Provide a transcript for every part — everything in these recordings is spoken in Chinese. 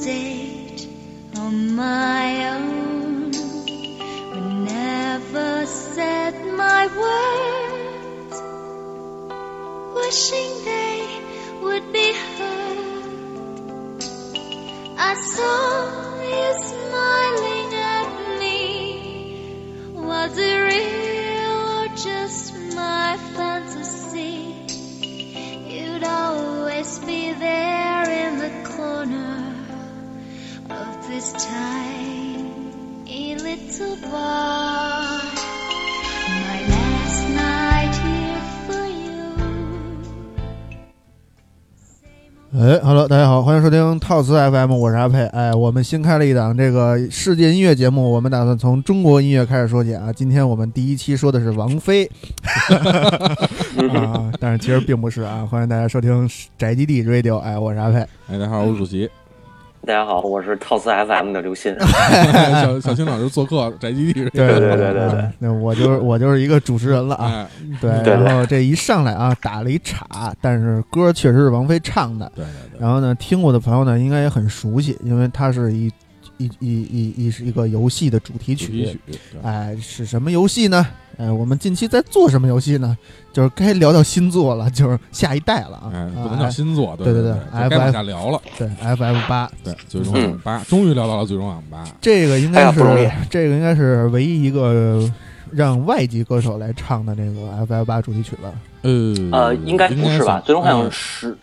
stage on my own, would never said my words, wishing they would be heard. I saw you smiling at me. Was it real or just my fantasy? You'd always be there in the corner of this tiny little bar. My last night here for you. Hello， 大家好，欢迎收听套词 FM， 我是阿佩。我们新开了一档这个世界音乐节目，我们打算从中国音乐开始说起啊。今天我们第一期说的是王菲啊，但是其实并不是啊。欢迎大家收听宅基地 Radio， 我是阿佩。 大家好，我是主席。 大家好，我是套词 FM 的刘鑫。 小新老师做客宅基地。 对，那我就是一个主持人了啊。对，然后这一上来啊，打了一岔，但是歌确实是王菲唱的。对。然后呢，听过的朋友呢，应该也很熟悉，因为它是一个游戏的主题曲。是什么游戏呢？我们近期在做什么游戏呢？就是该聊聊新作了，就是下一代了啊！ 不能叫新作， 对， 该往下聊了。 对 ，FF8， 对，最终幻想8，终于聊到了最终幻想8。 这个应该是这个应该是唯一一个让外籍歌手来唱的这个 FF8 主题曲吧？ 应该不是吧？最终幻想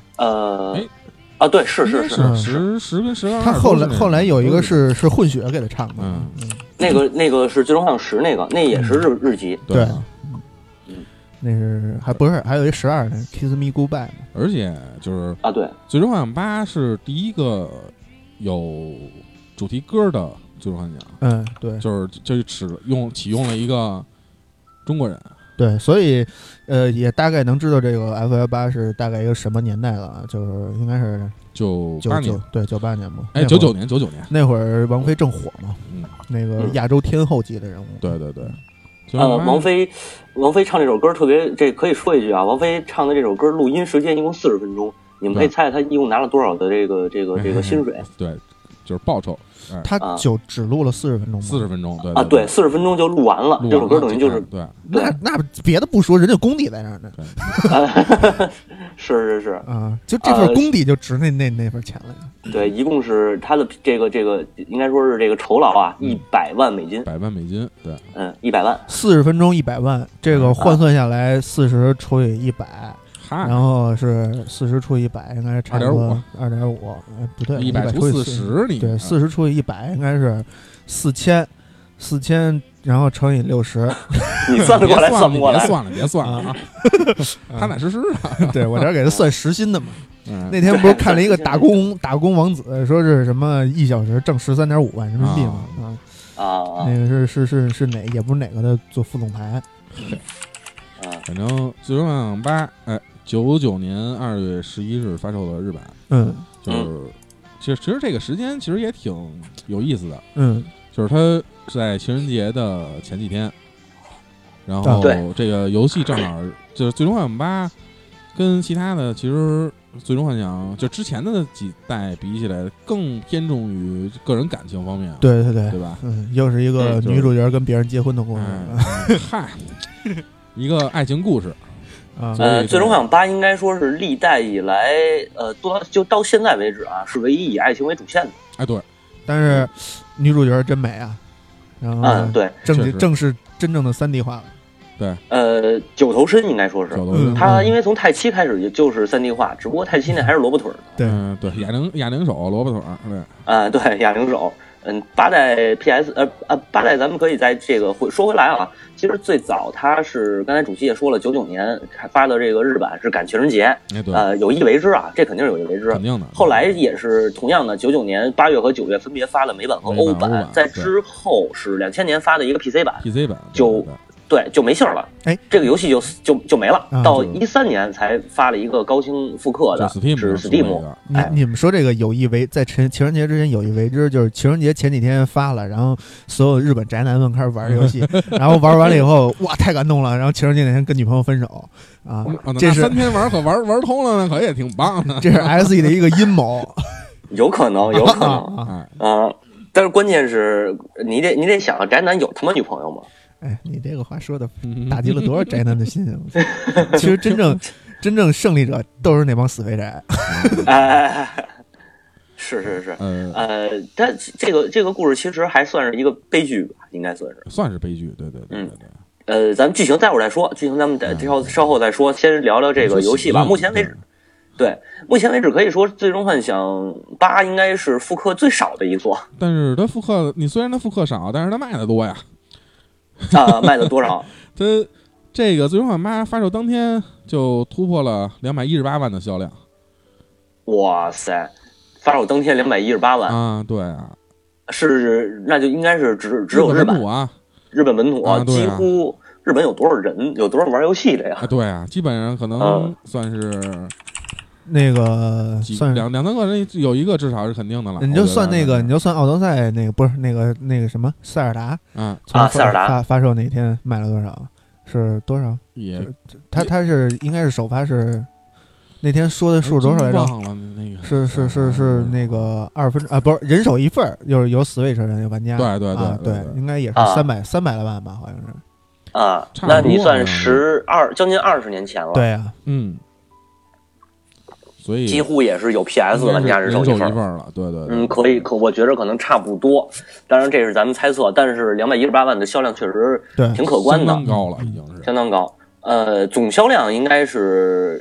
对，是 10跟12。 他后来有一个是混血给他唱的， 那个是最终幻想10，那也是日籍。 对，那是还不是还有一12呢 ，Kiss Me Goodbye。 而且就是对， 最终幻想8是第一个有主题歌的最终幻想。 对， 就是启用了一个中国人。 对，所以也大概能知道这个 FF8是大概一个什么年代了，就是应该是 98年， 对，98年嘛。 99年那会儿王菲正火嘛，那个亚洲天后级的人物。 对。 王菲唱这首歌特别，这可以说一句啊，王菲唱的这首歌录音时间一共40分钟，你们可以猜猜她一共拿了多少的这个薪水？ 对，就是报酬。 他就只录了40分钟 ，40分钟， 对，40分钟就录完了。这首歌等于就是对， 那别的不说，人家功底在那儿呢。 是啊，就这份功底就值那份钱了呀。 对，一共是他的这个应该说是这个酬劳啊，100万美金。 100万美金，对 ，100万。 40分钟100万，这个换算下来40除以100。然后是40除以100，应该是差不多2.5，不对 ，100除40， 对，40除以100应该是4000，然后乘以60。 你算得过来，算不过来， 别算了啊！踏踏实实啊！ 对，我这给他算时薪的嘛。那天不是看了一个打工王子，说是什么1小时挣13.5万人民币嘛？那个是哪？也不是哪个的做副总裁。 反正最终幻想8， 99年2月11日发售的日版。就是其实这个时间其实也挺有意思的。就是它是在情人节的前几天，然后这个游戏正好就是最终幻想8跟其他的其实最终幻想就之前的几代比起来更偏重于个人感情方面。对吧？ 又是一个女主角跟别人结婚的故事。 一个爱情故事。 最终幻想8应该说是历代以来就到现在为止啊，是唯一以爱情为主线的。 对， 但是女主角真美啊，然后对， 正是真正的3D 化了。 对， 九头身应该说是他，因为从泰七开始也就是3D 化，只不过泰七那还是萝卜腿的。 对，哑铃手萝卜腿。 对，哑铃手。8代 PS 8代咱们可以在这个说回来啊，其实最早它是刚才主席也说了，99年发的这个日版是赶情人节，有意为之啊，这肯定是有意为之， 肯定的。 后来也是同样的，99年8月和9月分别发了美版和欧版，在之后是2000年发的一个 PC 版，就没信儿了。这个游戏就没了。到13年才发了一个高清复刻的，是 Steam。 你们说这个有意为在情人节之前有意为之，就是情人节前几天发了，然后所有日本宅男们开始玩游戏，然后玩完了以后，哇，太感动了，然后情人节那天跟女朋友分手啊。这是 3天玩可玩通了呢，可也挺棒的。 这是 SE 的一个阴谋。 有可能但是关键是你得想，宅男有他妈女朋友吗？ 哎，你这个话说的打击了多少宅男的心啊！其实真正胜利者都是那帮死肥宅。 是，但这个故事其实还算是一个悲剧吧，应该算是悲剧，对。 咱们剧情待会儿再说，剧情咱们稍后再说，先聊聊这个游戏吧。目前为止可以说《最终幻想8》应该是复刻最少的一座。 但是它虽然它复刻少，但是它卖的多呀。 卖的多少？ 它这个《最终幻想8》发售当天就突破了218万的销量。 哇塞！发售当天218万啊！对啊， 那就应该是只有日本啊， 日本本土啊， 几乎日本有多少人，有多少玩游戏的呀？ 对啊，基本上可能算是那个算两三个人有一个至少是肯定的了。 你就算奥德赛那个不是那个什么塞尔达塞尔达发售那天卖了多少？是多少？ 也他是应该是首发是。那天说的数多少来着？是那个不是人手一份，就是有 Switch 人有玩家。 对， 应该也是300来万吧，好像是。 那你算将近20年前了。 对啊， 所以几乎也是有 PS 玩家人手一份了。对， 可我觉着可能差不多。当然这是咱们猜测，但是218万的销量确实挺可观的， 相当高了，已经是相当高。总销量应该是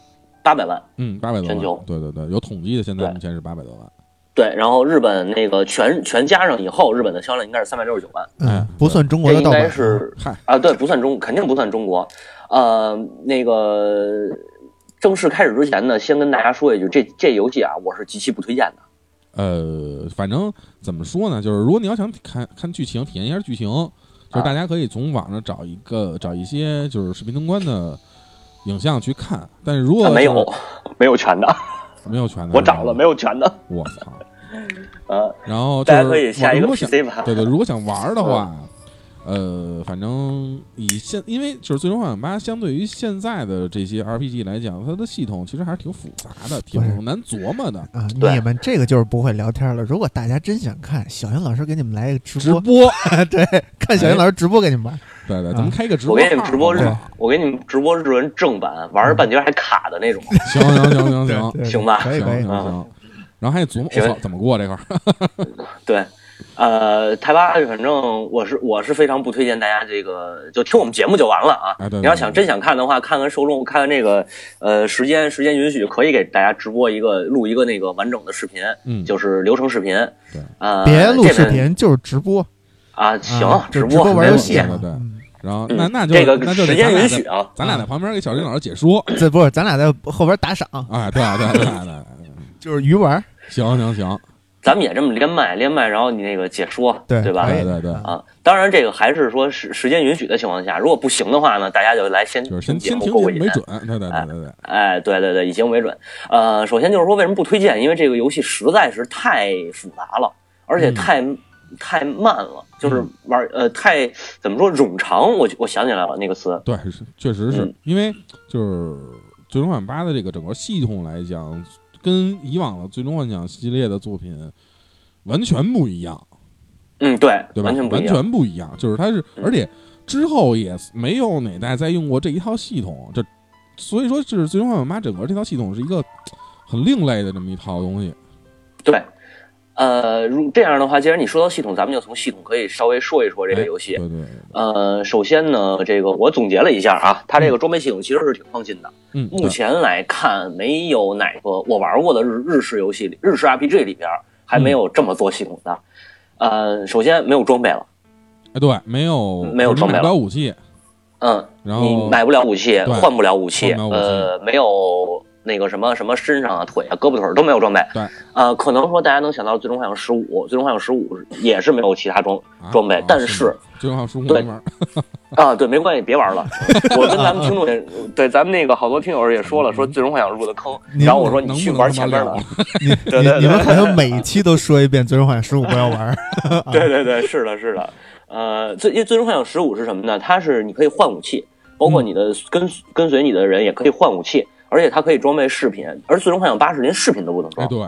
800万 ，800多万， 全球， 对，有统计的，现在目前是800多万。 对，然后日本那个全加上以后，日本的销量应该是369万， 不算中国的盗版， 应该是对，肯定不算中国。那个正式开始之前呢，先跟大家说一句，这游戏啊，我是极其不推荐的。反正怎么说呢，就是如果你要想看剧情，体验一下剧情，就是大家可以从网上找一些就是视频通关的影像去看，但是如果没有全的，我找了没有全的， 我操！然后大家可以下一个 PC 版。 对，如果想玩的话，反正因为就是《最终幻想8》相对于现在的这些 RPG 来讲，它的系统其实还是挺复杂的，挺难琢磨的啊。你们这个就是不会聊天了。如果大家真想看，小云老师给你们来一个直播，对，看小云老师直播给你们玩。 对，咱们开个直播， 我给你们直播日文正版，玩半截还卡的那种。 行， 行吧， 可以。 然后还琢磨怎么过这块儿。 对。台巴反正我是非常不推荐大家这个就听我们节目就完了啊。 对， 你要真想看的话，看看受众，看看这个时间允许，可以给大家录一个那个完整的视频，就是流程视频。 对， 别录视频，就是直播啊。行，直播玩游戏。 对。然后那就这个时间允许啊， 咱俩在旁边给小林老师解说。 这不是，咱俩在后边打赏。 对， 就是鱼丸。 行。 咱们也这么连麦，然后你那个解说，对吧？ 对啊，当然这个还是说时间允许的情况下，如果不行的话呢，大家就来先听节目为准，对， 以节目为准。首先就是说为什么不推荐？因为这个游戏实在是太复杂了，而且太慢了，就是玩太怎么说冗长。我想起来了那个词， 对，确实是因为就是《最终幻想8》的这个整个系统来讲。跟以往的《最终幻想》系列的作品完全不一样， 对吧？ 完全不一样，就是它是，而且之后也没有哪代再用过这一套系统，所以说就是《最终幻想8》整个这套系统是一个很另类的这么一套东西。 对，这样的话，既然你说到系统，咱们就从系统可以稍微说一说这个游戏。 对。 首先呢，这个我总结了一下啊，它这个装备系统其实是挺创新的。目前来看，没有哪个我玩过的日式游戏里，日式 RPG 里边还没有这么做系统的。首先没有装备了。 对，没有装备了，买不了武器。然后你买不了武器，换不了武器。没有。那个什么身上啊、腿啊、胳膊腿都没有装备。 对， 可能说大家能想到《最终幻想15》，《最终幻想15》也是没有其他装备，但是最终幻想15 对对，没关系，别玩了。我跟咱们听众也对，咱们那个好多听友也说了，说《最终幻想》入的坑，然后我说你去玩前边的。 你们好像每一期都说一遍《最终幻想15》不要玩。 对，是的。因为《最终幻想15》是什么呢？它是你可以换武器，包括你的跟随你的人也可以换武器。而且它可以装备饰品，而最终幻想8是连饰品都不能装。 对，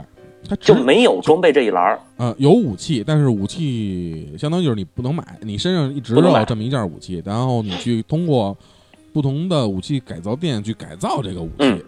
它就没有装备这一栏。 有武器，但是武器相当于就是你不能买，你身上一直有这么一件武器，然后你去通过不同的武器改造店去改造这个武器。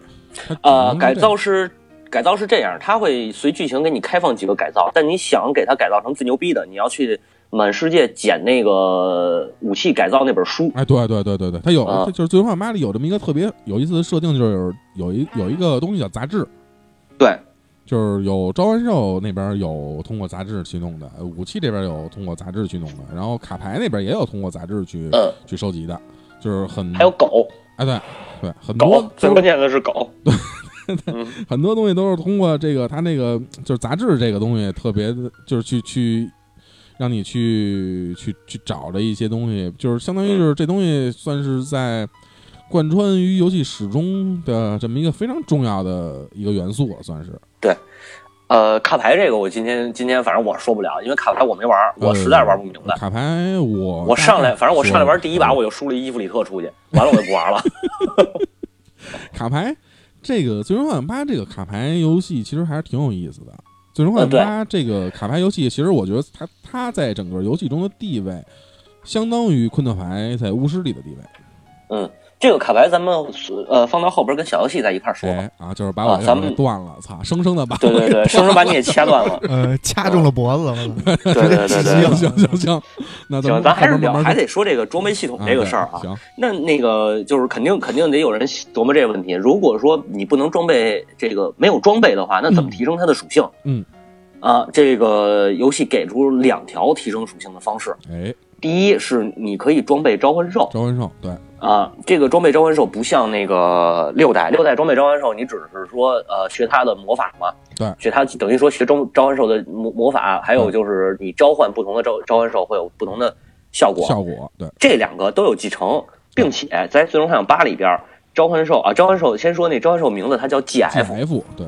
改造是这样，它会随剧情给你开放几个改造，但你想给它改造成最牛逼的，你要去满世界捡那个武器改造那本书。 对，它有，就是《最终幻想8》里有这么一个特别有意思的设定，就是有一个东西叫杂志。 对， 就是有召唤兽那边有通过杂志去弄的，武器这边有通过杂志去弄的，然后卡牌那边也有通过杂志去收集的，就是还有狗。 对，很多最关键的是狗。 对。很多东西都是通过这个，他那个就是杂志这个东西，特别的，就是去让你去找的一些东西，就是相当于是这东西算是在贯穿于游戏始终的这么一个非常重要的一个元素，算是。 对，卡牌这个我今天反正我说不了，因为卡牌我没玩，我实在玩不明白。 卡牌我上来，反正我上来玩第一把我就输了伊芙里特出去，完了我就不玩了。 卡牌。这个《最终幻想8》这个卡牌游戏其实还是挺有意思的。《最终幻想8》这个卡牌游戏，其实我觉得它在整个游戏中的地位，相当于昆特牌在巫师里的地位。 这个卡牌咱们放到后边跟小游戏在一块说吧。就是把我咱们断了，操，生生的把对，生生把你也掐断了， 掐中了脖子。 对， 行，那行，咱还得说这个装备系统这个事儿啊。 行， 那个就是肯定得有人琢磨这个问题。如果说你不能装备这个没有装备的话，那怎么提升它的属性？这个游戏给出2条提升属性的方式。第一是你可以装备召唤兽， 对。 这个装备召唤兽不像那个6代装备召唤兽，你只是说学它的魔法嘛， 对， 学它等于说学召唤兽的魔法，还有就是你召唤不同的召唤兽会有不同的效果， 对， 这2个都有继承，并且在最终幻想8里边，召唤兽先说那召唤兽名字它叫 GF， 对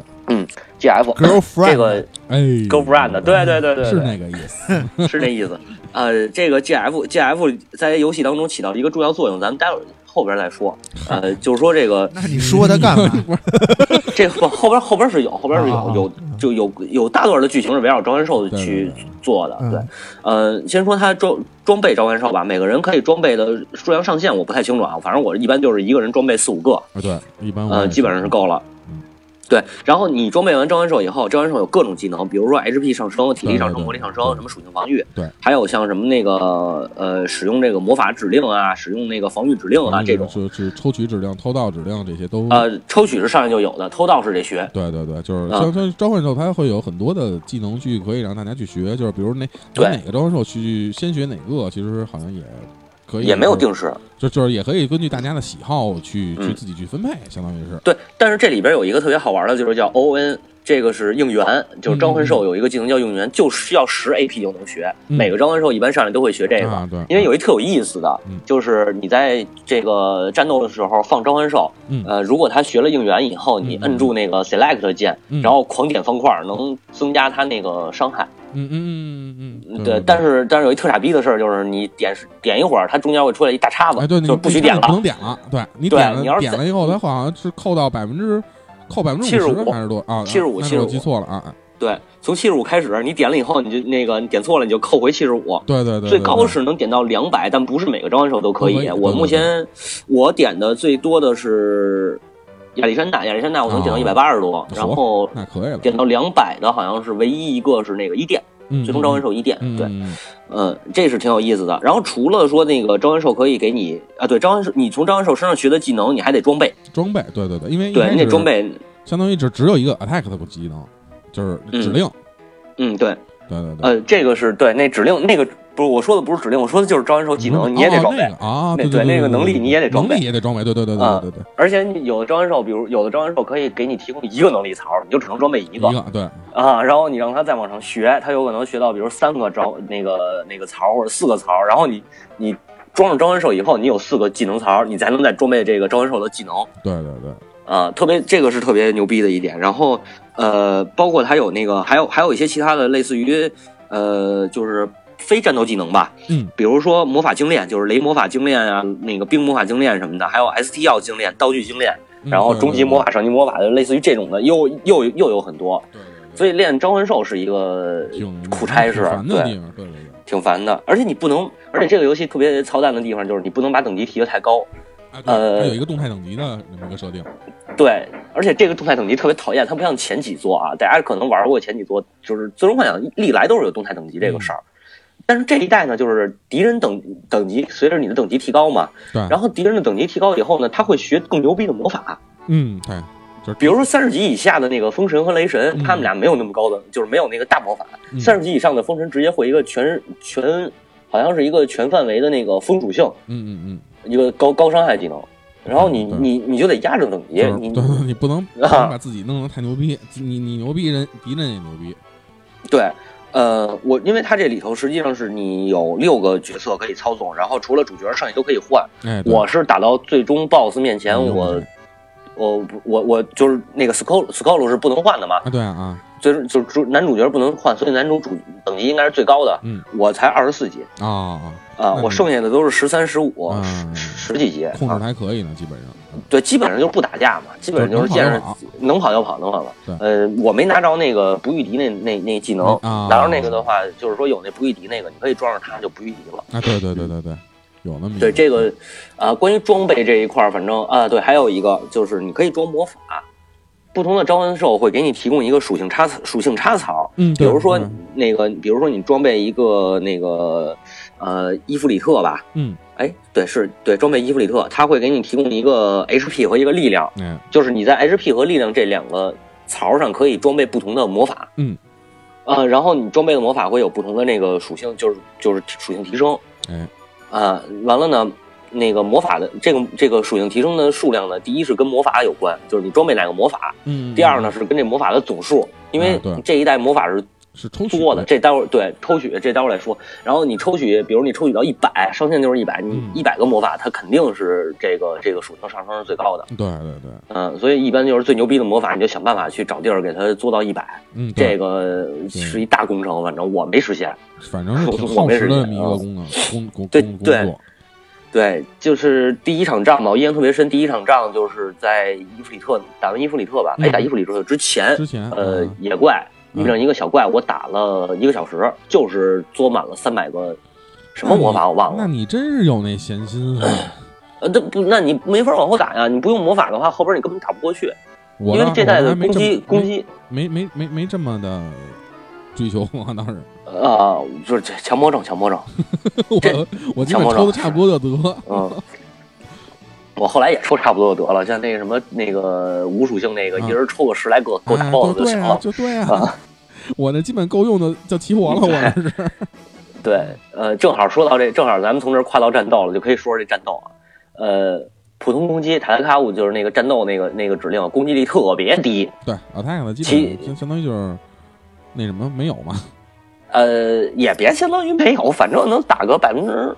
，GF Girlfriend， 这个Girlfriend， 对， 是那个意思， 是那意思。这个 GF 在游戏当中起到一个重要作用，咱们待会儿后边再说。就是说这个， 那你说它干嘛？ 这个后边是有大段的剧情是围绕召唤兽去做的。对，先说它装备召唤兽吧，每个人可以装备的数量上限我不太清楚啊，反正我一般就是一个人装备4、5个。 对，一般基本上是够了。对，然后你装备完召唤兽以后，召唤兽有各种技能，比如说 HP 上升、体力上升、魔力上升，什么属性防御， 对， 还有像什么那个使用这个魔法指令啊，使用那个防御指令啊，这种是抽取指令、偷盗指令这些都抽取是上来就有的，偷盗是得学。 对，就是像召唤兽，它会有很多的技能去可以让大家去学，就是比如哪个召唤兽去先学哪个，其实好像也可以， 也没有定时， 就是也可以根据大家的喜好去自己去分配，相当于是。 对，但是这里边有一个特别好玩的，就是叫 ON， 这个是应援，就是召唤兽有一个技能叫应援，就是要10 AP 就能学。每个召唤兽一般上来都会学这个， 对， 因为有一特有意思的，就是你在这个战斗的时候放召唤兽，如果他学了应援以后，你摁住那个 Select 键，然后狂点方块，能增加他那个伤害。对，但是有一特傻逼的事儿，就是你点一会儿，它中间会出来一大叉子，就是不许点了， 不能点了。对，你点了以后，它好像是扣50%还是多啊？75，我记错了啊。 对，从75开始，你点了以后，你就那个你点错了，你就扣回75。 对， 最高是能点到200，但不是每个召唤兽都可以。我目前我点的最多的是亚历山大我能点到180多，然后那可以了， 点到200的好像是唯一一个是那个1电，最终召唤兽1电。对，这是挺有意思的。然后除了说那个召唤兽可以给你对，召唤兽你从召唤兽身上学的技能，你还得装备。 对，因为对你得装备， 相当于只有一个 attack 的技能，就是指令。 对，这个是对那指令那个。不是我说的不是指令，我说的就是召唤兽技能，你也得装备啊。 对，那个能力你也得装备， 对。 而且有的召唤兽，比如有的召唤兽可以给你提供一个能力槽，你就只能装备一个。 对啊，然后你让他再往上学，他有可能学到比如3个那个槽或者4个槽，然后你装上召唤兽以后，你有4个技能槽，你才能再装备这个召唤兽的技能。 对。 这个是特别牛逼的一点。然后包括还有那个还有一些其他的类似于就是非战斗技能吧，比如说魔法精炼，就是雷魔法精炼啊，那个冰魔法精炼什么的，还有 ST 药精炼、道具精炼，然后终极魔法、上级魔法的，类似于这种的，又有很多。 所以练召唤兽是一个苦差事，对，挺烦的。而且你不能，而且这个游戏特别操蛋的地方就是你不能把等级提得太高。 它有一个动态等级的那么一个设定。 对，而且这个动态等级特别讨厌，它不像前几座啊，大家可能玩过前几座，就是最终幻想历来都是有动态等级这个事儿。但是这一代呢，就是敌人等级随着你的等级提高嘛， 对， 然后敌人的等级提高以后呢，他会学更牛逼的魔法。 对，就是比如说30级以下的那个风神和雷神，他们俩没有那么高的，就是没有那个大魔法。30级以上的风神直接会一个全好像是一个全范围的那个风属性，一个高伤害技能。然后你就得压着等级， 你不能把自己弄得太牛逼，你牛逼敌人也牛逼。 对，因为它这里头实际上是你有6个角色可以操纵，然后除了主角，剩下都可以换。我是打到最终 BOSS 面前，我就是那个 Skull 是不能换的嘛？ 对啊， 就是男主角不能换，所以男主等级应该是最高的。我才24级我剩下的都是13、15、10几级， 控制还可以呢，基本上。 对，基本上就是不打架嘛，基本上就是见着能跑就跑，能跑了。我没拿着那个不御敌那技能，拿着那个的话，就是说有那不御敌那个，你可以装上它就不御敌了。 对，有那么对这个关于装备这一块，反正对，还有一个就是你可以装魔法。不同的召唤兽会给你提供一个属性插槽，比如说你装备一个那个伊芙里特吧，对，装备伊芙里特，它会给你提供一个 HP 和一个力量，就是你在 HP 和力量这2个槽上可以装备不同的魔法，然后你装备的魔法会有不同的那个属性，就是属性提升，完了呢。那个魔法的这个属性提升的数量呢，第一是跟魔法有关，就是你装备哪个魔法。第二呢是跟这魔法的总数，因为这一代魔法是多的，这待会儿对抽取这待会儿来说。然后你抽取，比如你抽取到100，上限就是100，你100个魔法，它肯定是这个属性上升是最高的。 对。 所以一般就是最牛逼的魔法，你就想办法去找地儿给它做到100。这个是一大工程，反正我没实现。 反正是挺耗时的一个工作。 对。对，就是第一场仗吧，我印象特别深。第一场仗就是在伊芙里特打完伊芙里特吧，打伊芙里特之前野怪遇上一个小怪，我打了1个小时，就是做满了300个什么魔法我忘了。 那你真是有那闲心啊！ 那你没法往后打呀，你不用魔法的话，后边你根本打不过去。因为这代的攻击没这么的追求啊，当时。 就是强迫症。 我基本抽的差不多就得。 我后来也抽差不多就得了，像那个什么那个无属性那个，一人抽个10来个，够打 BOSS 就行了。 对啊，我那基本够用的叫齐活了，我这是。 对，正好说到这，正好咱们从这儿跨到战斗了，就可以说说这战斗啊。普通攻击塔特卡乌就是那个战斗那个指令，攻击力特别低。 对，attack 的基本相当于就是那什么没有嘛。 也别相当于没有，反正能打个1%，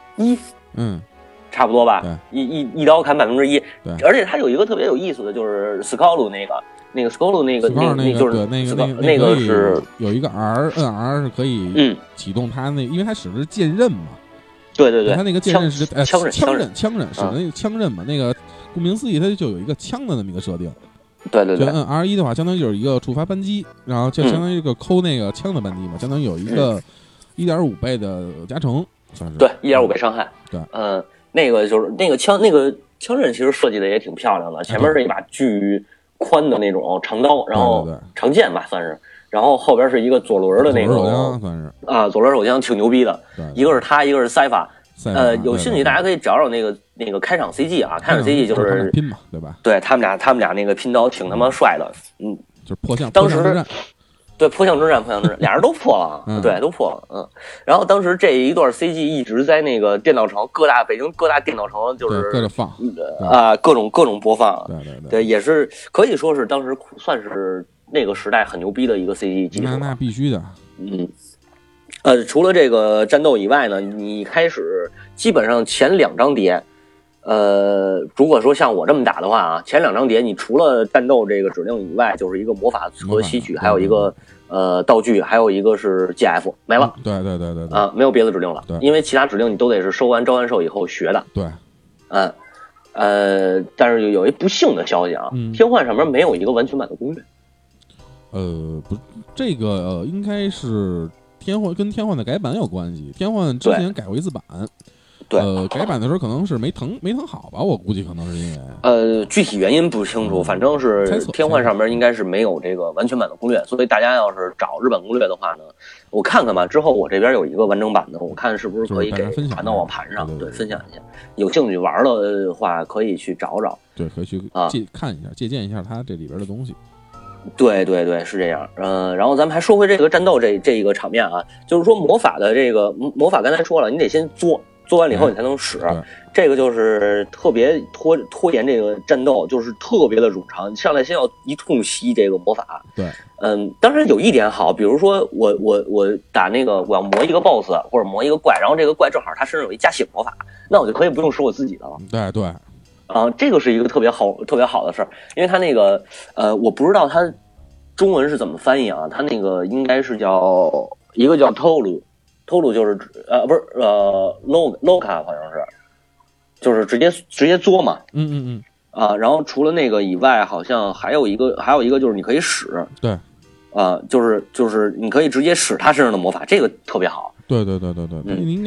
差不多吧。一刀砍1%。而且它有一个特别有意思的，就是 Skull 那个 Skull 那个就是那个是有一个 R 是可以启动它因为它使的是剑刃嘛。 对， 它那个剑刃是枪刃， 使的那个枪刃嘛。那个顾名思义，它就有一个枪的那么一个设定。 对， 就按 R1 的话，相当于就是一个触发扳机，然后就相当于一个抠那个枪的扳机嘛，相当于有一个1.5倍的加成，算是对1.5倍伤害。 对， 那个就是那个枪刃其实设计的也挺漂亮的，前面是一把巨宽的那种长刀，然后长剑吧算是，然后后边是一个左轮的那种， 算是左轮手枪挺牛逼的，一个是他，一个是塞法。有兴趣大家可以找找那个开场 CG 啊，开场 CG 就是拼嘛，对吧？ 对他们俩那个拼刀挺他妈帅的， 就是破相。 当时对破相之战，俩人都破了，对，都破了，然后当时这一段 CG 一直在那个电脑城北京各大电脑城就是各种放各种播放， 对， 也是可以说是当时算是那个时代很牛逼的一个 CG 技术。 那必须的， 除了这个战斗以外呢，你开始基本上前2张碟，如果说像我这么打的话啊，前2张碟你除了战斗这个指令以外，就是一个魔法和吸取，还有一个道具，还有一一个是 GF 没了。 对没有别的指令了，因为其他指令你都得是收完召唤兽以后学的。 对， 但是有一不幸的消息啊，天幻上面没有一个完全版的攻略。 不，这个应该是跟天幻的改版有关系。天幻之前改过一次版。 对， 改版的时候可能是没腾好吧，我估计可能是因为具体原因不清楚，反正是天幻上面应该是没有这个完全版的攻略，所以大家要是找日本攻略的话呢，我看看吧。之后我这边有一个完整版的，我看是不是可以给传到网盘上，对，分享一下。有兴趣玩的话，可以去找找， 对，可以去看一下，借鉴一下它这里边的东西。 对，是这样。然后咱们还说回这个战斗这一个场面啊，就是说魔法的这个魔法，刚才说了，你得先做完了以后你才能使，这个就是特别拖延这个战斗，就是特别的冗长，上来先要一通吸这个魔法。 对， 当然有一点好，比如说我打那个我要磨一个 boss 或者磨一个怪，然后这个怪正好他身上有一加血魔法，那我就可以不用使我自己的了。 对， 这个是一个特别好的事儿，因为他那个我不知道他中文是怎么翻译啊，他那个应该是一个叫 Tolu 就是不是Loka 好像是，就是直接作嘛。然后除了那个以外，好像还有一个就是你可以使。 对。 就是你可以直接使他身上的魔法，这个特别好。 对，应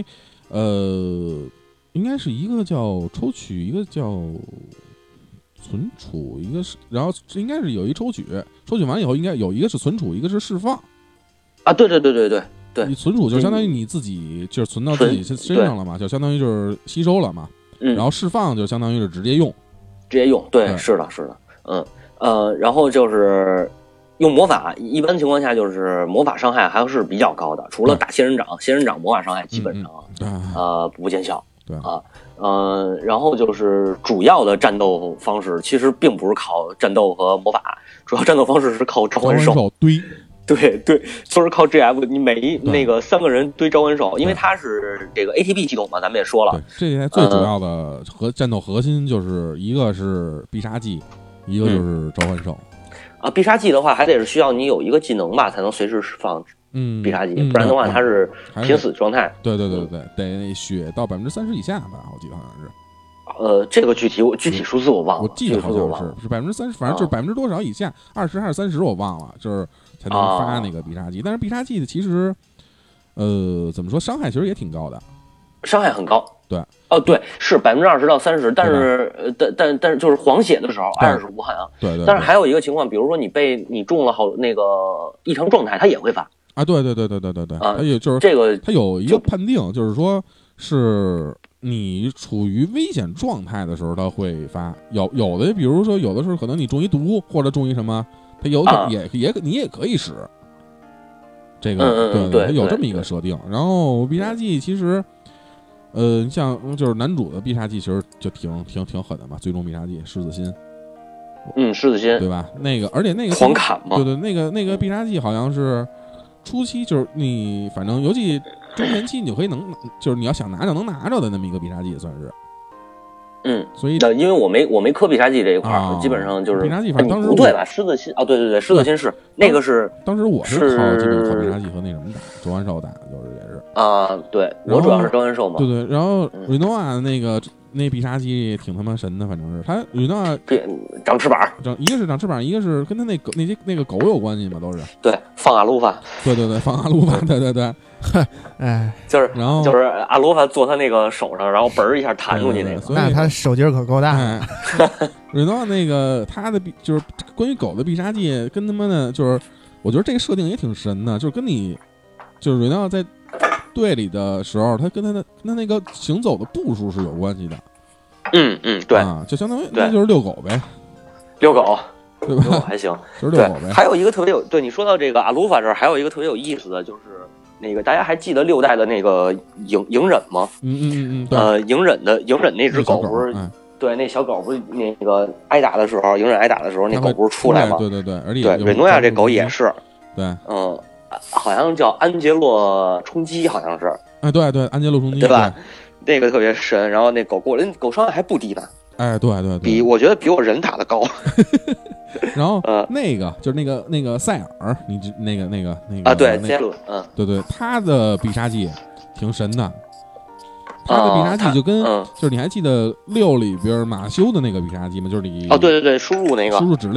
该是一个叫抽取，一个叫存储，一个是，然后应该是有一抽取完以后，应该有一个是存储，一个是释放。 啊，对， 你存储就相当于你自己就是存到自己身上了嘛，就相当于就是吸收了嘛。然后释放就相当于是直接用。对，是的。然后就是用魔法，一般情况下就是魔法伤害还是比较高的，除了打仙人掌魔法伤害基本上不见效。 对啊，然后就是主要的战斗方式其实并不是靠战斗和魔法，主要战斗方式是靠召唤兽堆。 对，就是靠 GF， 你那个3个人堆召唤兽，因为它是这个 ATB 系统嘛，咱们也说了。 对，这台最主要的战斗核心就是一个是必杀技，一个就是召唤兽。 必杀技的话，还得是需要你有一个技能吧，才能随时释放必杀技，不然的话它是濒死状态。 对，得血到30%以下吧，我记得好像是。 这个具体数字我忘了， 我记得好像是30%，反正就是多少以下，20还是30我忘了，就是才能发那个必杀技。但是必杀技的其实，怎么说，伤害其实也挺高的， 伤害很高。 对， 对，是20%到30%，但是但是就是黄血的时候25好像。 对。 但是还有一个情况，比如说你中了那个异常状态，它也会发。 啊，对。它也就是这个， 它有一个判定，就是说是你处于危险状态的时候，它会发。有的，比如说有的时候可能你中一毒或者中一什么，它你也可以使。这个对，有这么一个设定。然后必杀技其实，像就是男主的必杀技其实就挺狠的嘛，最终必杀技狮子心。 狮子心， 对吧？而且那个狂砍嘛。 对，那个必杀技好像是初期就是你反正尤其中前期你就可以就是你要想拿就能拿着的那么一个必杀技，算是。所以因为我没磕必杀技这一块基本上就是必杀技，反正当时不对吧？狮子心对，狮子心是那个是。 当时我是靠基本靠必杀技和那什么打，召唤兽打，就是也是。 对，我主要是召唤兽嘛。 对，然后瑞诺瓦那必杀技挺他妈神的，反正是他瑞诺瓦长翅膀， 一个是长翅膀，一个是跟他那个狗有关系嘛，都是。 对，放阿鲁法。 对，放阿鲁法，对。 就是阿罗法坐他那个手上，然后嘣一下弹出去那个， 那他手劲可够大。 瑞诺那个他的就是关于狗的必杀技，跟他妈的，就是我觉得这个设定也挺神的，就是跟你就是瑞诺在队里的时候，他跟他那个行走的步数是有关系的。 对， 就相当于那就是遛狗呗， 遛狗。 对吧？ 还行， 就是遛狗呗。 还有一个特别对你说到这个阿鲁法这儿，还有一个特别有意思的就是。那个大家还记得6代的那个隐忍吗？隐忍那只狗不是，对，那小狗不是那个挨打的时候，隐忍挨打的时候，那狗不是出来吗？ 对，而且对，瑞诺亚这狗也是， 对， 好像叫安杰洛冲击，好像是， 对，安杰洛冲击， 对吧？那个特别神，然后那狗过来，狗伤害还不低呢。 对， 我觉得比我人打的高。 然后那个就是那个塞尔，你那个对，塞鲁， 对，他的必杀技挺神的。他的必杀技就跟就是你还记得6里边马修的那个必杀技吗？就是你对，输入那个输入指令，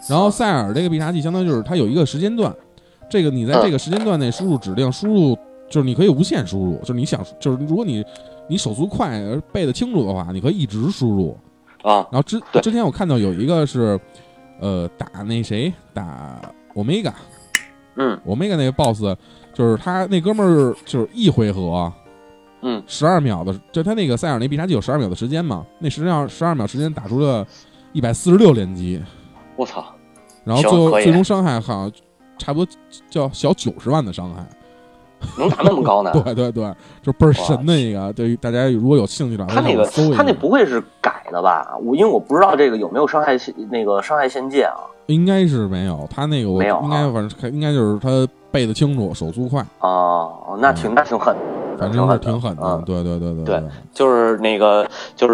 然后塞尔这个必杀技相当于就是它有一个时间段，这个你在这个时间段内输入指令，输入就是你可以无限输入，就是你想就是如果你手速快而背得清楚的话，你可以一直输入啊。 然后之前我看到有一个是打那谁打Omega，欧米伽那个 boss 就是他那哥们儿就是一回合12秒的，就他那个塞尔那必杀技有12秒的时间嘛，那实际上12秒时间打出了146连击， 我操！ 然后最终伤害好像差不多叫小90万的伤害， 能打那么高呢？ 对，就倍儿神的一个。对于大家如果有兴趣的话， 他那不会是改的吧？因为我不知道这个有没有伤害限界啊？ 应该是没有，他那个没有， 应该反正应该就是他背得清楚，手速快。 哦，那挺狠的。 反正是挺狠的，对， 就是那个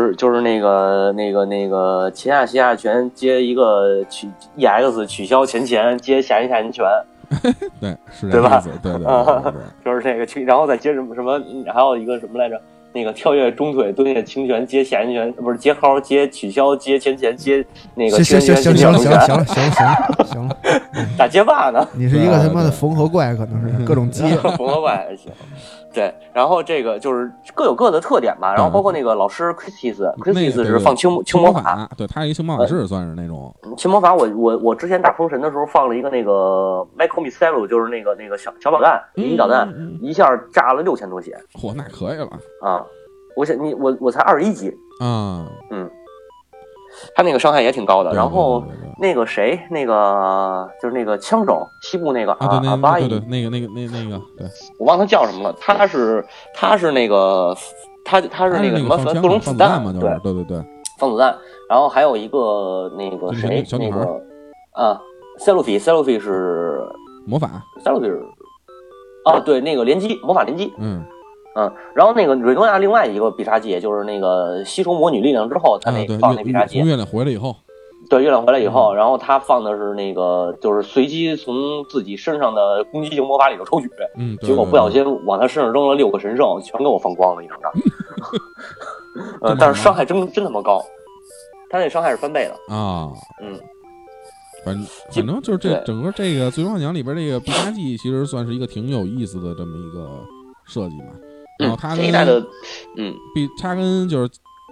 前下西下拳接一个EX 取消前接下拳， 对，是对吧？ 对， 就是这个，然后再接什么，还有一个什么来着？那个跳跃中腿蹲下轻拳接下拳，不是接号接取消接前接那个。 行了， 打街霸呢？ 你是一个他妈的缝合怪，可能是各种接缝合怪还行。对，然后这个就是各有各的特点吧，然后包括那个老师 Christis 是放轻魔法， 对，他一个轻魔法师算是那种轻魔法。我之前打封神的时候放了一个那个 Michael Missile， 就是那个小导弹，一导弹一下炸了6000多血， 嚯，那可以了啊！我才21级啊， 他那个伤害也挺高的。然后那个谁，那个就是那个枪手西部那个阿巴伊， 对，那个，对， 我忘他叫什么了。他是那个他是那个什么各种子弹嘛， 对，放子弹。然后还有一个那个谁，那个塞路菲是魔法， 塞路菲是对，那个魔法连击，然后那个瑞诺亚另外一个必杀技，就是那个吸收魔女力量之后，他放那必杀技。 从月亮回来以后， 对，月亮回来以后，然后他放的是那个，就是随机从自己身上的攻击性魔法里头抽取，结果不小心往他身上扔了6个神圣，全给我放光了一整张。但是伤害真他妈高，他那伤害是翻倍的啊。反正就是这整个这个最终幻想里边这个必杀技，其实算是一个挺有意思的这么一个设计吧。然后它它跟就是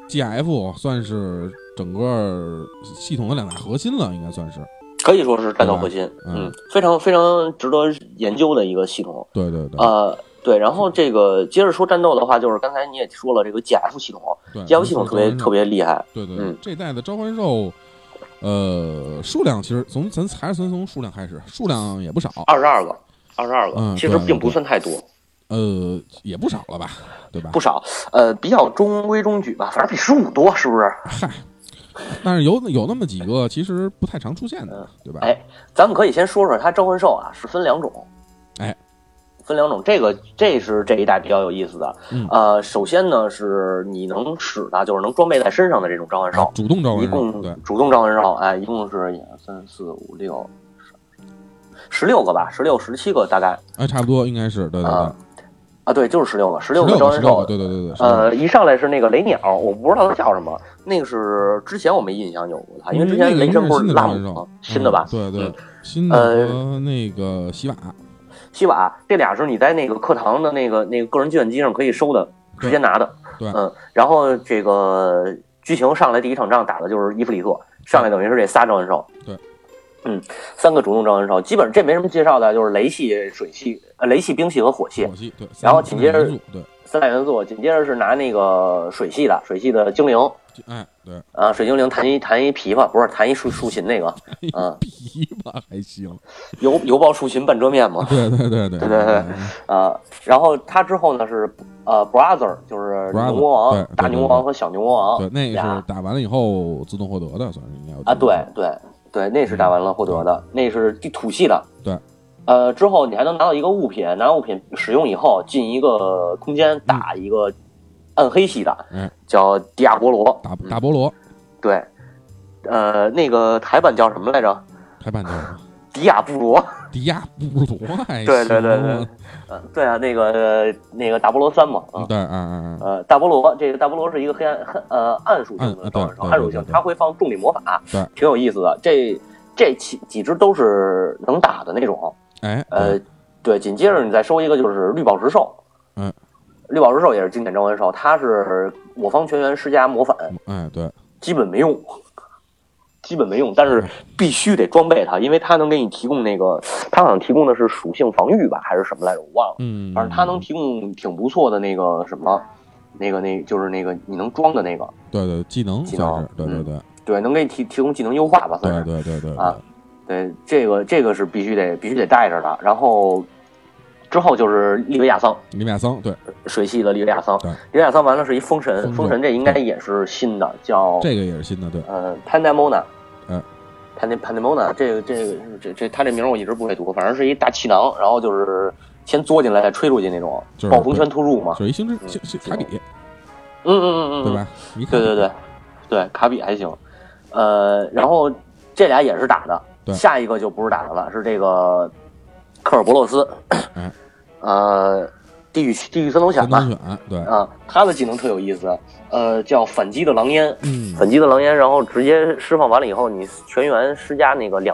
GF 算是整个系统的2大核心了，应该算是可以说是战斗核心，非常非常值得研究的一个系统。 对， 对，然后这个接着说战斗的话，就是刚才你也说了，这个 GF 系统，GF 系统特别厉害。 对，这代的召唤兽，数量其实从数量开始，数量也不少 ，22个，其实并不算太多。 也不少了吧，对吧？ 不少，比较中规中矩吧，反正比15多，是不是？ 嗨，但是有那么几个其实不太常出现的，对吧？ 咱们可以先说说它召唤兽是分2种，分2种，这是这一代比较有意思的。首先呢是你能使的，就是能装备在身上的这种召唤兽， 主动召唤兽， 一共主动召唤兽，一共是1、2、3、4、5、6、16个吧，16、17个大概， 差不多应该是，对。 对，就是16个召唤兽， 对。 一上来是那个雷鸟，我不知道它叫什么，那个是之前我没印象有过它，因为之前雷神不是拉姆吗？新的吧？ 对，新的和那个西瓦，这俩是你在那个课堂的那个个人计算机上可以收的，直接拿的。 对， 然后这个剧情上来第一场仗打的就是伊芙里特，上来等于是这仨召唤兽。 对。 3个主动召唤兽，基本上这没什么介绍的，就是雷系、水系、雷系、冰系和火系。 对。 然后紧接着 3 大元素，紧接着是拿那个水系的精灵。 对。 水精灵弹一琵琶，不是弹一竖琴那个。 琵琶还行。 犹抱竖琴半遮面嘛。 对。 然后他之后呢是brother， 就是牛魔王、大牛魔王和小牛魔王。 对，那个是打完了以后自动获得的，算是应该。 对，那是打完了获得的，那是地土系的。 对， 之后你还能拿到一个物品，拿物品使用以后进一个空间打一个暗黑系的，叫迪亚波罗。 大波罗。 对，那个台版叫什么来着？ 台版叫什么？ 迪亚布罗。 迪亚布罗还行。 对。对啊，那个大波罗3嘛。 对， 大波罗，这个大波罗是一个黑暗暗属性的召唤兽，暗属性，它会放重力魔法， 对， 挺有意思的。 这几只都是能打的那种。对，紧接着你再收一个就是绿宝石兽。绿宝石兽也是经典召唤兽，它是我方全员施加魔反。 对， 基本没用，但是必须得装备它，因为它能给你提供那个，它好像提供的是属性防御吧，还是什么来着，我忘了。反正它能提供挺不错的那个什么，那就是那个你能装的那个。 对，技能。 对，能给你提供技能优化吧，算是。 对啊，对，这个是必须得带着的，然后。之后就是利维亚桑， 对， 水系的利维亚桑，利维亚桑完了是一风神，这应该也是新的，叫这个也是新的，对 ，Pandemona，Pandemona，这他这名我一直不会读，反正是一大气囊，然后就是先嘬进来再吹出去那种，暴风圈突入嘛， 就是一星之卡比，对吧？ 对，卡比还行，然后这俩也是打的，下一个就不是打的了，是这个。科尔伯洛斯，地狱三头犬吧， 对他的技能特有意思，叫反击的狼烟，反击的狼烟，然后直接释放完了以后，你全员施加那个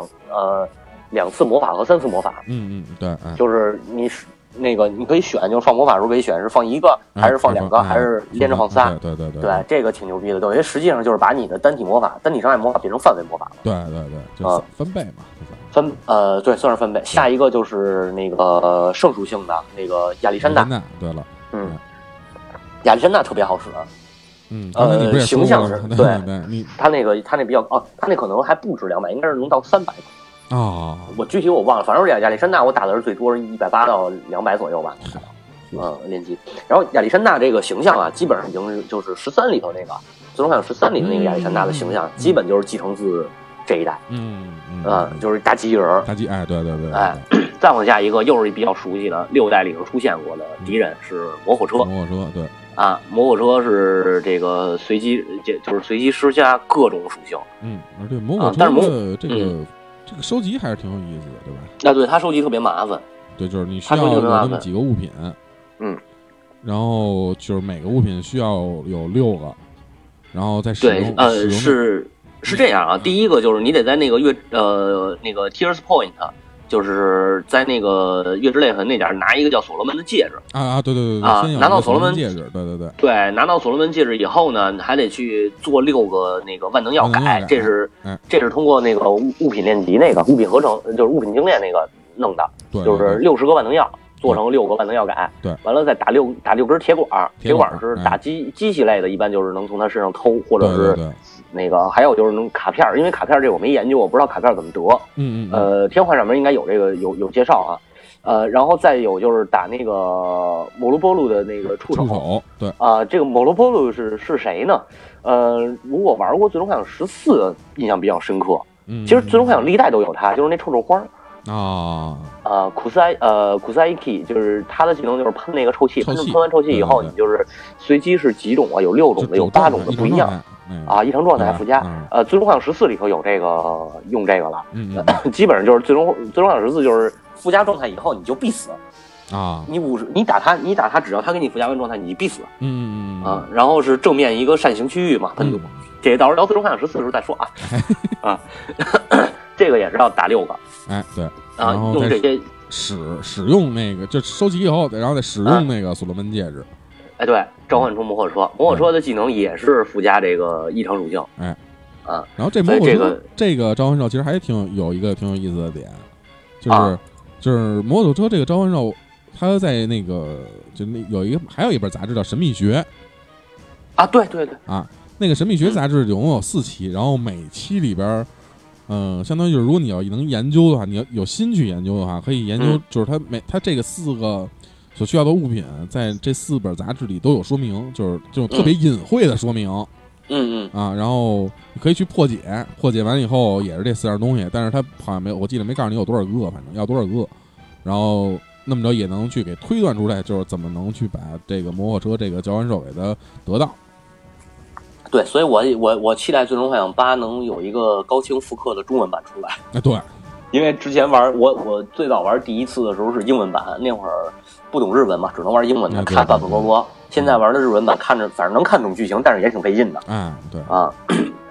2次魔法和3次魔法， 对， 就是你那个你可以选，就是放魔法时候可以选是放1个还是放2个，还是连着放3， 对， 这个挺牛逼的，等于实际上就是把你的单体伤害魔法变成范围魔法了， 对，就翻倍嘛。 对，算是翻倍。下一个就是那个圣属性的那个亚历山大。 对了， 亚历山大特别好使。形象是对，他那比较他那可能还不止200，应该是能到300 啊。 我具体我忘了，反正亚历山大我打的是最多是180到200左右吧。练级。然后亚历山大这个形象啊，基本上已经就是13里头那个最终幻想13里的那个亚历山大的形象，基本就是继承自这一代。就是大机器人， 对， 再往下一个又是比较熟悉的6代里头出现过的敌人是魔火车， 对魔火车是这个随机施加各种属性， 而且魔火车的这个收集还是挺有意思的，对吧？ 对，它收集特别麻烦， 对，就是你需要有那么几个物品，然后就是每个物品需要有6个，然后再使用， 是这样啊，第一个就是你得在那个那个 Tears Point， 就是在那个月之泪痕那点拿一个叫所罗门的戒指对拿到所罗门戒指，对， 拿到所罗门戒指以后呢，还得去做6个那个万能药改，这是通过那个物品练级那个物品合成，就是物品精炼那个弄的，就是60个万能药做成6个万能药改， 对， 完了再打6根铁管是打机器类的，一般就是能从他身上偷，或者是那个还有就是能卡片，因为卡片这我没研究，我不知道卡片怎么得。天幻上面应该有这个有介绍啊。然后再有就是打那个摩罗波路的那个触手， 对这个摩罗波路是谁呢？如果玩过最终幻想14，印象比较深刻。其实最终幻想历代都有它，就是那臭花。库斯埃基就是他的技能就是喷那个臭气，喷完臭气以后，你就是随机是几种啊？有6种的，有8种的，不一样异常状态附加。最终幻想14里头有这个用这个了，基本上就是最终幻想14就是附加状态以后你就必死你打他，只要他给你附加完状态，你必死。然后是正面一个扇形区域嘛，喷毒。这到时候聊最终幻想14的时候再说啊。这个也是要打6个。 对， 用这些使用那个，就收集以后，然后再使用那个所罗门戒指。 对，召唤出魔火车，魔火车的技能也是附加这个异常属性。 然后这魔火车这个召唤兽其实还有一个挺有意思的点，就是魔火车这个召唤兽，它在那个就还有一本杂志叫《神秘学》 对那个《神秘学》杂志总共有4期，然后每期里边。相当于就是如果你要能研究的话，你要有心去研究的话，可以研究，就是它这个4个所需要的物品，在这4本杂志里都有说明，就是这种特别隐晦的说明。然后你可以去破解完以后也是这4样东西，但是它好像我记得没告诉你有多少个，反正要多少个，然后那么着也能去给推断出来，就是怎么能去把这个魔火车这个召唤兽给它得到。 对，所以我期待最终幻想8能有一个高清复刻的中文版出来。 对， 因为之前我最早玩第一次的时候是英文版，那会儿不懂日文嘛，只能玩英文的，看反反罗罗。现在玩的日文版看着反正能看懂剧情，但是也挺费劲的。 对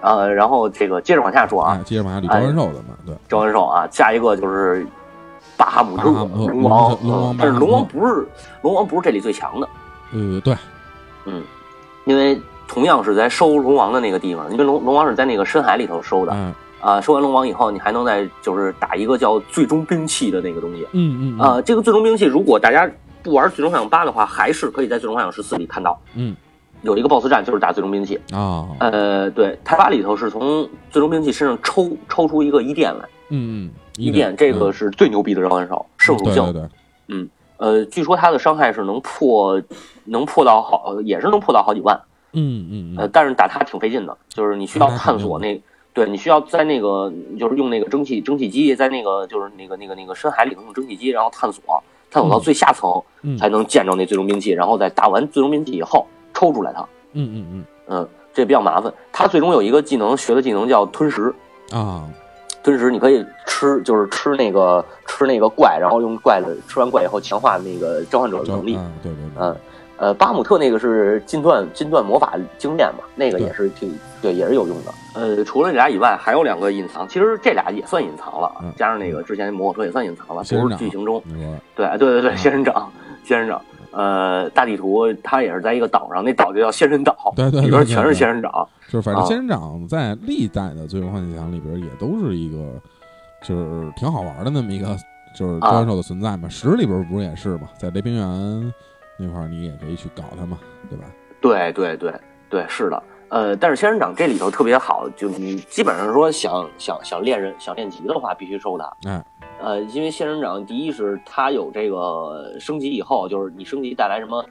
然后这个接着往下说啊， 接着往下捋招人兽的嘛，对， 招人兽啊，下一个就是巴哈姆特龙王，但是龙王不是这里最强的， 对， 因为同样是在收龙王的那个地方，因为龙王是在那个深海里头收的，收完龙王以后，你还能再就是打一个叫最终兵器的那个东西，这个最终兵器，如果大家不玩最终幻想8的话，还是可以在最终幻想14里看到，有一个 BOSS 战就是打最终兵器啊， 对，台8里头是从最终兵器身上抽出一个一电来，一电这个是最牛逼的召唤兽，圣属性， 对， 据说它的伤害是能破到也是能破到好几万，但是打它挺费劲的，就是你需要探索对，你需要在那个就是用那个蒸汽机，在那个就是那个深海里头用蒸汽机，然后探索到最下层，才能见着那最终兵器，然后在打完最终兵器以后抽出来它。这比较麻烦。它最终有一个技能，学的技能叫吞食啊， 吞食你可以吃那个怪，然后用怪的吃完怪以后强化那个召唤者的能力。 对， 巴姆特那个是禁断魔法经验嘛，那个也是也是有用的。除了这俩以外，还有2个隐藏，其实这俩也算隐藏了，加上那个之前摩托车也算隐藏了，不是剧情中。对，仙人掌。大地图它也是在一个岛上，那岛就叫仙人岛， 对， 里边全是仙人掌。 就是反正仙人掌在历代的最终幻想里边也都是一个，就是挺好玩的那么一个，就是召唤兽的存在嘛。10里边不是也是嘛，在雷平原那块你也可以去搞它嘛，对吧？对，是的。但是仙人掌这里头特别好，就你基本上说想练级的话，必须收它。因为仙人掌第一是它有这个升级以后，就是你升级带来什么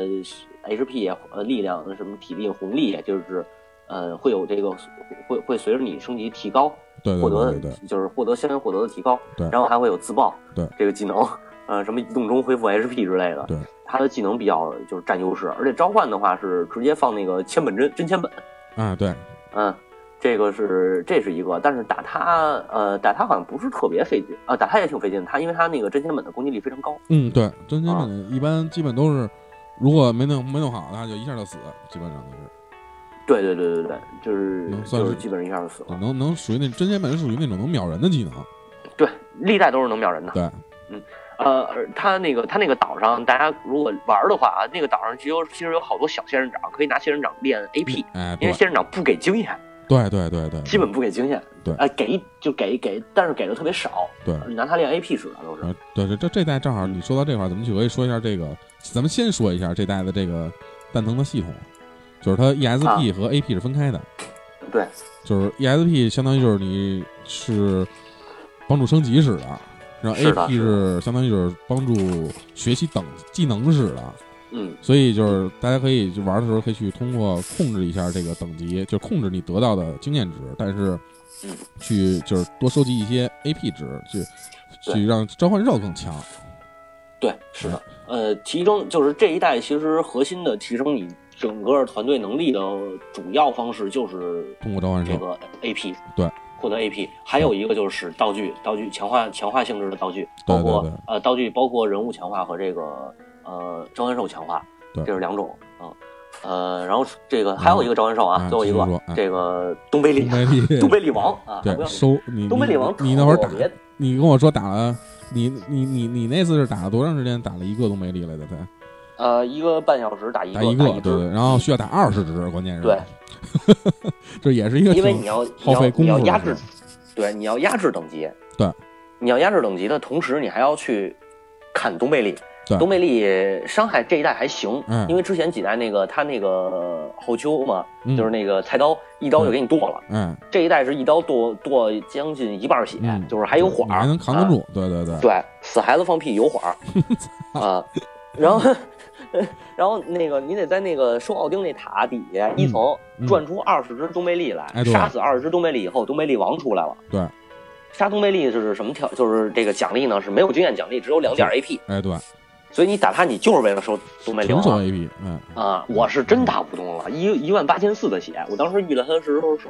HP 力量什么体力红利，就是会有这个会随着你升级提高， 对， 就是获得的提高， 对， 然后还会有自爆， 对， 这个技能什么移动中恢复 HP 之类的， 对， 它的技能比较就是占优势，而且召唤的话是直接放那个千本真千本， 对， 这是一个，但是打它好像不是特别费劲打它也挺费劲，因为它那个真千本的攻击力非常高。 对，真千本一般基本都是，如果没弄好的话，就一下就死，基本上都是。对，就是基本上一下就死了。 能属于那真千本属于那种能秒人的技能。 对，历代都是能秒人的。 对， 他那个岛上，大家如果玩的话那个岛上其实有好多小仙人掌，可以拿仙人掌练 AP，因为仙人掌不给经验。 对， 基本不给经验。 对， 给，但是给的特别少。 对， 你拿它练 AP 使的都是。 对，这代正好你说到这块，咱们就可以说一下这个，咱们先说一下这代的这个蛋疼的系统，就是它 ESP 和 AP 是分开的。 对， 就是 ESP 相当于就是你是帮助升级使的，然后 AP 是相当于就是帮助学习等技能使的。所以就是大家可以就玩的时候可以去通过控制一下这个等级，就控制你得到的经验值，但是去就是多收集一些 AP 值，去让召唤兽更强。 对，是的。提升就是这一代其实核心的提升你整个团队能力的主要方式就是通过召唤兽这个 AP。 对， 获得 AP， 还有一个就是使道具强化性质的道具，包括道具包括人物强化和这个召唤兽强化，这是2种然后这个还有一个召唤兽最后一个这个东北利王对，收你东北利王， 你那会儿打，你跟我说打了，你那次是打了多长时间？打了一个东北利来的才 ？1个半小时打一个，对，然后需要打20只，关键是对， 这也是一个因为你要耗费功夫， 你要压制，对，你要压制等级， 对， 你要压制等级的同时，你还要去砍东北利。东北利伤害这一代还行，因为之前几代他那个后丘嘛，就是那个菜刀一刀就给你剁了，这一代是一刀剁将近1半血，就是还有火， 还能扛得住， 对，死孩子放屁有火然后那个你得在那个收奥丁那塔底下1层转出20只东北利来，杀死20只东北利以后，东北利王出来了， 对， 杀东北利是什么就是这个奖励呢？是没有经验奖励，只有2点 AP， 对。 所以你打它，你就是为了收东北利王。 收 AP， 我是真打不动了，18400的血，我当时遇到他的时候是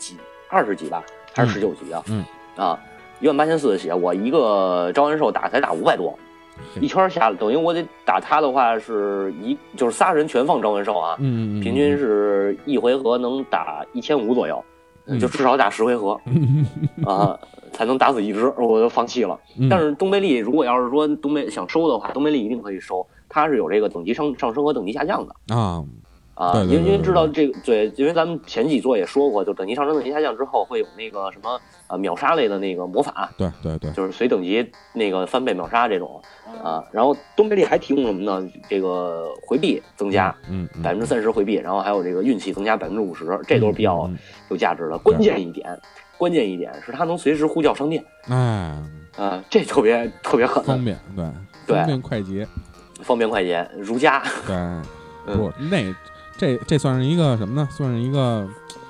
20几吧，还是19级啊？18400的血，我一个召唤兽才打500多，一圈下来，等于我得打他的话是就是3人全放召唤兽平均是1回合能打1500左右， 就至少打10回合啊，才能打死一只，我就放弃了。但是东贝利如果要是说想收的话，东贝利一定可以收，它是有这个等级上升和等级下降的对， 因为知道这个对，因为咱们前几座也说过，就等级上升等级下降之后会有那个什么秒杀类的那个魔法， 对， 就是随等级那个翻倍秒杀这种然后东贝利还提供什么呢？这个回避增加30%回避，然后还有这个运气增加50%，这都是比较有价值的。关键一点是它能随时呼叫商店，这特别狠， 方便，对， 方便快捷，如家， 对，不这算是一个什么呢？算是一个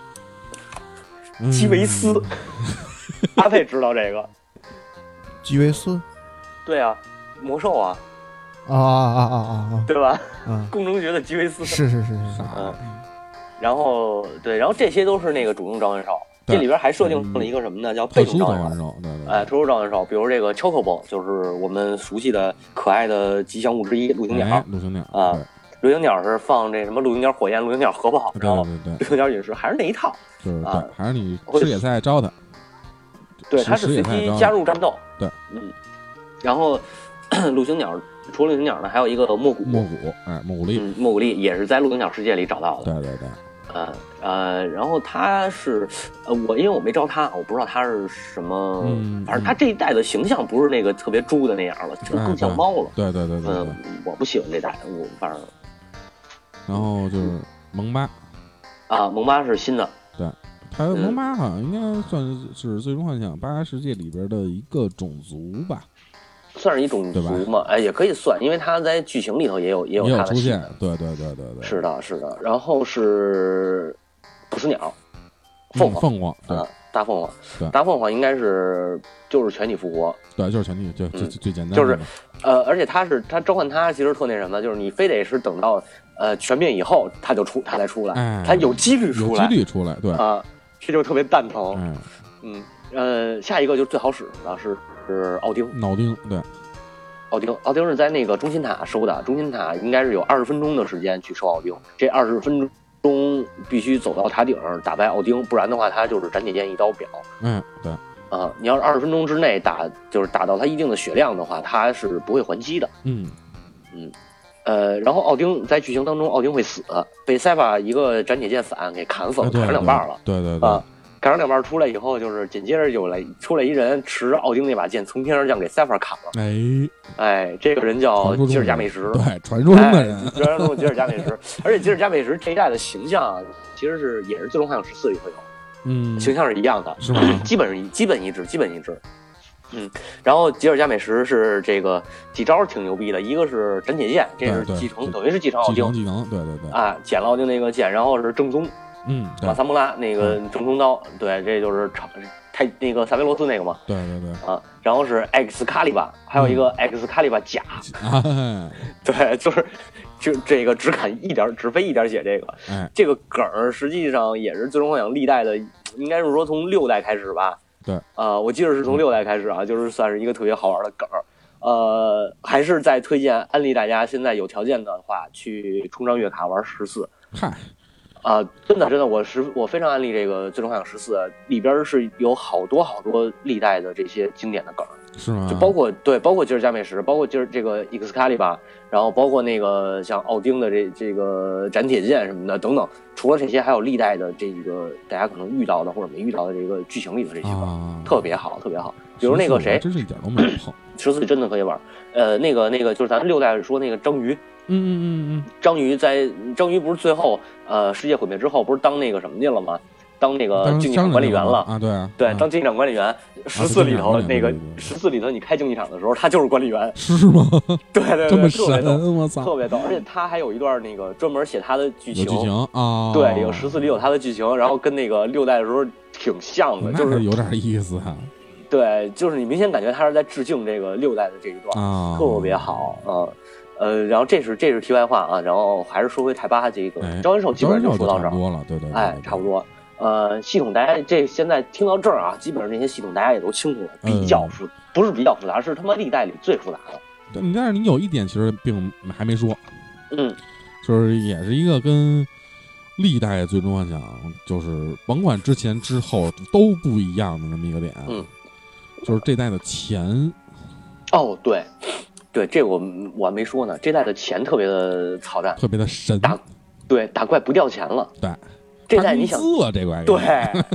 基维斯，阿佩知道这个基维斯， 对啊，魔兽啊，对吧？工程学的基维斯是， 然后这些都是那个主动召唤兽，这里边还设定了一个什么呢？叫被动召唤兽，特殊召唤兽，比如这个 Chocobo， 就是我们熟悉的可爱的吉祥物之一陆行鸟啊。陆行鸟是放这什么？陆行鸟火焰、陆行鸟核爆，然后陆行鸟陨石还是那一套， 就是还是你吃野菜招它， 对，它是随机加入战斗， 对， 然后陆行鸟除了陆行鸟呢，还有一个莫古力， 莫古力也是在陆行鸟世界里找到的， 对， 然后他是因为我没招他，我不知道他是什么，反正他这一代的形象不是那个特别猪的那样了，就更像猫了， 对， 我不喜欢这代，我反正。 然后就是萌巴萌巴是新的， 对，它萌巴好像应该算是最终幻想8世界里边的一个种族吧， 算是一种族嘛，也可以算，因为它在剧情里头也有它的出现，对， 是的，然后是捕食鸟，凤凰，对，大凤凰应该就是全体复活， 对，就是全体，就最简单， 就是而且它召唤它其实特那什么，就是你非得是等到全灭以后它才出来，它有几率出来， 对这就特别蛋疼，下一个就最好使的是奥丁， 对， 奥丁是在那个中心塔收的，中心塔应该是有20分钟的时间去收奥丁，这20分钟必须走到塔顶打败奥丁，不然的话他就是斩铁剑一刀表， 对， 你要是20分钟之内打到他一定的血量的话，他是不会还击的，然后奥丁在剧情当中奥丁会死，被塞法一个斩铁剑反给砍死了，砍成2半了， 对， 砍成2半出来以后，就是紧接着就出来一人持着奥丁那把剑从天而降给塞法砍了，这个人叫吉尔加美什， 对，传说中的人， 传说中吉尔加美什，而且吉尔加美什这一代的形象其实也是最终幻想14里会有，形象是一样的， 是吗？ 基本一致。然后吉尔加美什是这个几招挺牛逼的，一个是斩铁剑，这是继承，等于是继承奥丁技能，对， 捡了奥丁那个剑，然后是正宗，马萨穆拉那个正宗刀，对，这就是那个萨维罗斯那个嘛， 对， 然后是 X 卡利巴，还有一个 X 卡利巴甲，对，就这个只飞一点血，这个梗儿实际上也是最终幻想历代的，应该是说从6代开始吧。 对， 我记得是从6代开始就是算是一个特别好玩的梗儿，还是在推荐安利大家，现在有条件的话去充张月卡玩14。 嗨， 真的，我非常安利这个最终幻想14，里边是有好多历代的这些经典的梗儿， 是吗？ 就包括吉尔加美什，包括这个 X 卡利巴，然后包括那个像奥丁的这个斩铁剑什么的等等。除了这些，还有历代的这个大家可能遇到的或者没遇到的这个剧情里的这些梗，特别好。比如那个谁， 真是一点都没有碰。 14真的可以玩。那个就是咱6代说那个章鱼。章鱼不是最后世界毁灭之后不是当那个什么去了吗？当那个竞技场管理员了对，当竞技场管理员。14里头那个14里头你开竞技场的时候，他就是管理员， 是吗？ 对， 这么神，我操， 特别逗！而且他还有一段那个专门写他的剧情对， 有14里有他的剧情，然后跟那个6代的时候挺像的，就是有点意思对，就是你明显感觉他是在致敬这个6代的这一段，特别好然后这是题外话然后还是说回泰巴这个召唤兽，基本上就说到这儿了，对， 差不多。系统大家现在听到这儿基本上这些系统大家也都清楚了，比较不是比较复杂，是他妈历代里最复杂的。 但是你有一点其实并还没说，就是也是一个跟历代最终幻想就是甭管之前之后都不一样的那么一个点，就是这代的钱。 哦，对，这我还没说呢，这代的钱特别的操蛋， 特别的神， 打怪不掉钱了， 对， 这代你想这怪， 对。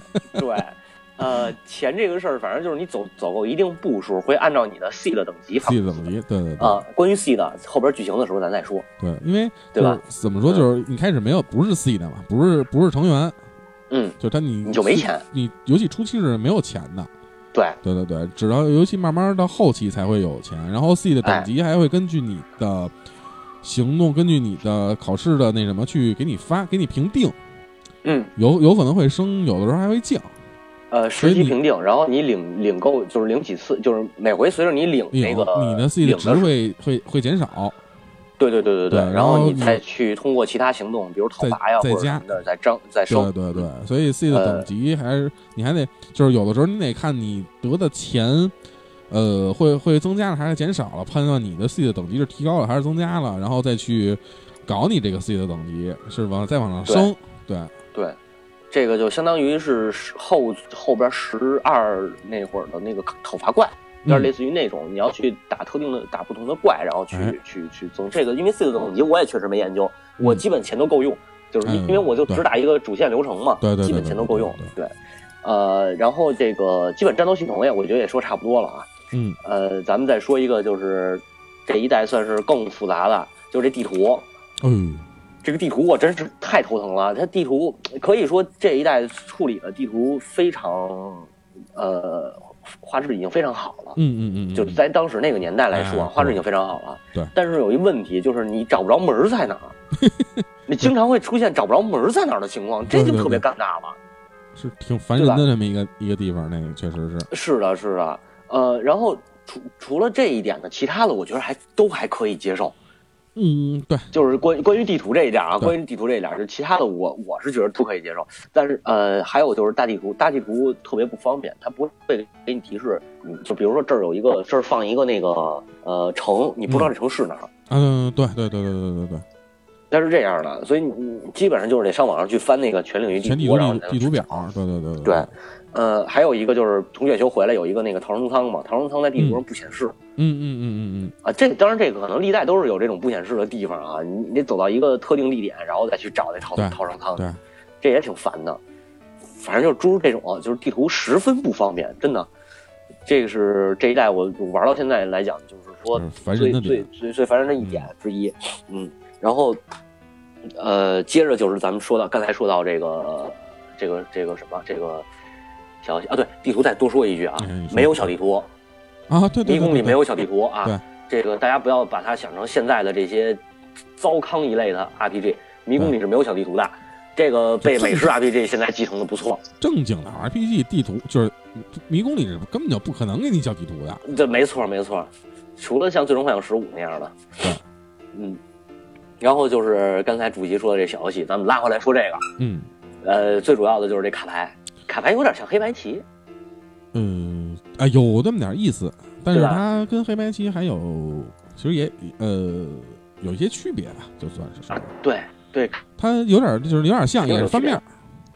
钱这个事儿，反正就是你走够一定步数，会按照你的 C 的等级 ，C 的等级，对关于 C 的后边剧情的时候咱再说。 对，因为对吧？ 怎么说，就是你开始不是 C 的嘛，不是成员，就你就没钱， 你游戏初期是没有钱的。对，直到游戏慢慢到后期才会有钱，然后 C 的等级还会根据你的行动，根据你的考试的那什么去给你评定，有可能会升，有的时候还会降。 实际评定，然后你领够就是领几次，就是每回随着你领那个你的 C 的值会减少。 对，然后你再去通过其他行动，比如讨伐呀， 再加再升。 对，所以 C 的等级你还得就是有的时候你得看你得的钱，会增加了还是减少了，判断你的 C 的等级是提高了还是增加了，然后再去搞你这个 C 的等级是再往上升。对。 这个就相当于是后边12那会儿的那个讨伐怪，有点类似于那种，你要去打不同的怪，然后去增这个。因为 C 的等级我也确实没研究，我基本钱都够用，就是因为我就只打一个主线流程嘛， 对， 基本钱都够用。对，然后这个基本战斗系统我觉得也说差不多了啊。咱们再说一个，就是这一代算是更复杂的，就是这地图。这个地图我真是太头疼了，它地图可以说这一代处理的地图非常，画质已经非常好了。就在当时那个年代来说，画质已经非常好了。 对。 但是有一问题，就是你找不着门在哪儿，你经常会出现找不着门在哪儿的情况，这就特别尴尬了。 是挺烦人的这么一个地方，那个确实是。 是的。然后除了这一点呢，其他的我觉得都还可以接受。 对， 就是关于地图这一点啊，关于地图这一点，就其他的我是觉得都可以接受，但是还有就是大地图特别不方便，它不会给你提示，就比如说这儿放一个那个城，你不知道这城是哪儿。 对。 它是这样的，所以你基本上就是得上网上去翻那个全领域地图，然后地图表。对。 还有一个就是从月球回来有一个那个逃生舱嘛，逃生舱在地图上不显示。这当然这个可能历代都是有这种不显示的地方啊，你得走到一个特定地点，然后再去找那逃生舱。 对， 这也挺烦的。反正就是诸如这种，就是地图十分不方便，真的。这个是这一代我玩到现在来讲，就是说最烦人的一点之一。然后接着就是咱们刚才说到这个消息啊，对，地图再多说一句啊，没有小地图啊，对， 迷宫里没有小地图啊， 对， 这个大家不要把它想成现在的这些糟糠一类的 RPG， 迷宫里是没有小地图的，这个被美式 RPG 现在继承的不错。 正经的 RPG 地图就是迷宫里是根本就不可能给你小地图的， 这没错，除了像最终幻想15那样的， 对， 然后就是刚才主席说的这小游戏，咱们拉回来说这个，最主要的就是这卡牌有点像黑白棋， 有这么点意思，但是它跟黑白棋其实也有一些区别吧，就算是说， 对， 它有点像，也是翻面，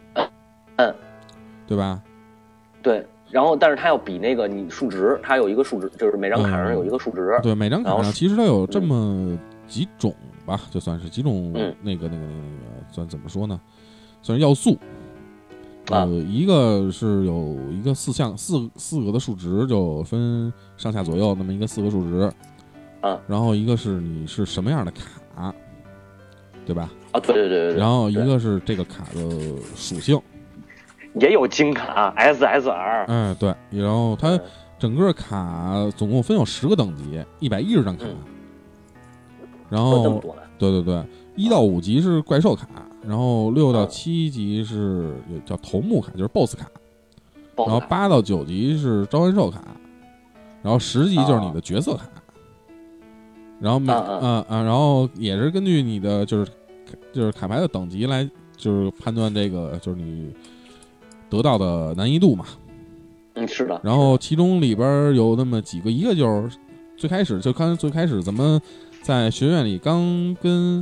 对吧？ 对，然后但是它要比那个你数值，它有一个数值，就是每张卡上有一个数值， 对，每张卡上其实它有这么几种吧，就算是几种那个算怎么说呢？算是要素。一个是有一个四个的数值，就分上下左右那么一个4个数值，然后一个是你是什么样的卡，对吧？ 对。 然后一个是这个卡的属性， 也有金卡 SSR， 对。然后它整个卡总共分有10个等级，110张卡，然后对，1到5级是怪兽卡。然后6到7级是叫头目卡，就是 BOSS 卡，然后8到9级是召唤兽卡，然后10级就是你的角色卡，然后然后也是根据你的就是卡牌的等级来就是判断这个就是你得到的难易度嘛。 是的。 然后其中里边有那么几个，一个就是最开始咱们在学院里刚跟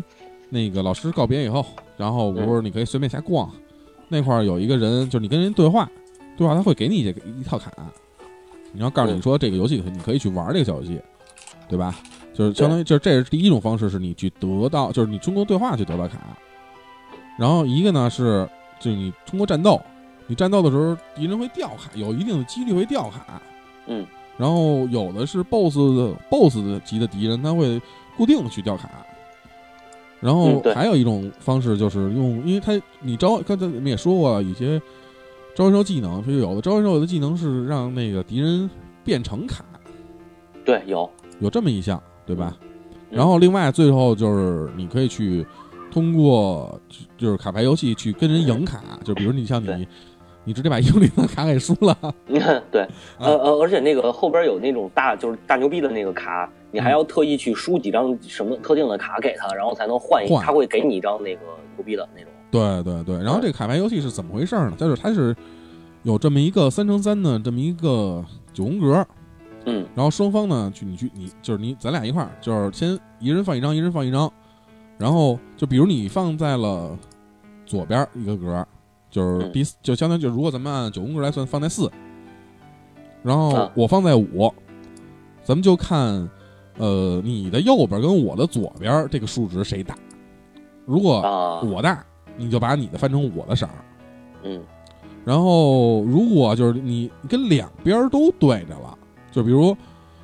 那个老师告别以后，然后不是你可以随便瞎逛，那块儿有一个人，就是你跟人对话，他会给你一套卡，你要告诉你说这个游戏你可以去玩这个小游戏，对吧？就是相当于就是这是第一种方式，是你去得到，就是你通过对话去得到卡。然后一个呢是就是你通过战斗，你战斗的时候敌人会掉卡，有一定的几率会掉卡。然后有的是 BOSS 的级的敌人，他会固定去掉卡。然后还有一种方式就是用，因为你刚才你们也说过，有些召唤兽技能，就有的召唤兽的技能是让那个敌人变成卡。 对， 有这么一项，对吧？然后另外最后就是你可以去通过就是卡牌游戏去跟人赢卡，就比如你像你直接把160的卡给输了。 对，而且那个后边有那种就是大牛逼的那个卡，你还要特意去输几张什么特定的卡给他，然后才能换他会给你一张那个牛逼的那种。 对，然后这个卡牌游戏是怎么回事呢？就是它是有这么一个3×3的这么一个9宫格，然后双方呢咱俩一块儿，就是先一人放一张，一人放一张，然后就比如你放在了左边一个格。就是就相当于，如果咱们按9宫格来算，放在4，然后我放在5，咱们就看，你的右边跟我的左边这个数值谁大。如果我大，你就把你的翻成我的色儿，然后如果就是你跟两边都对着了，就比如，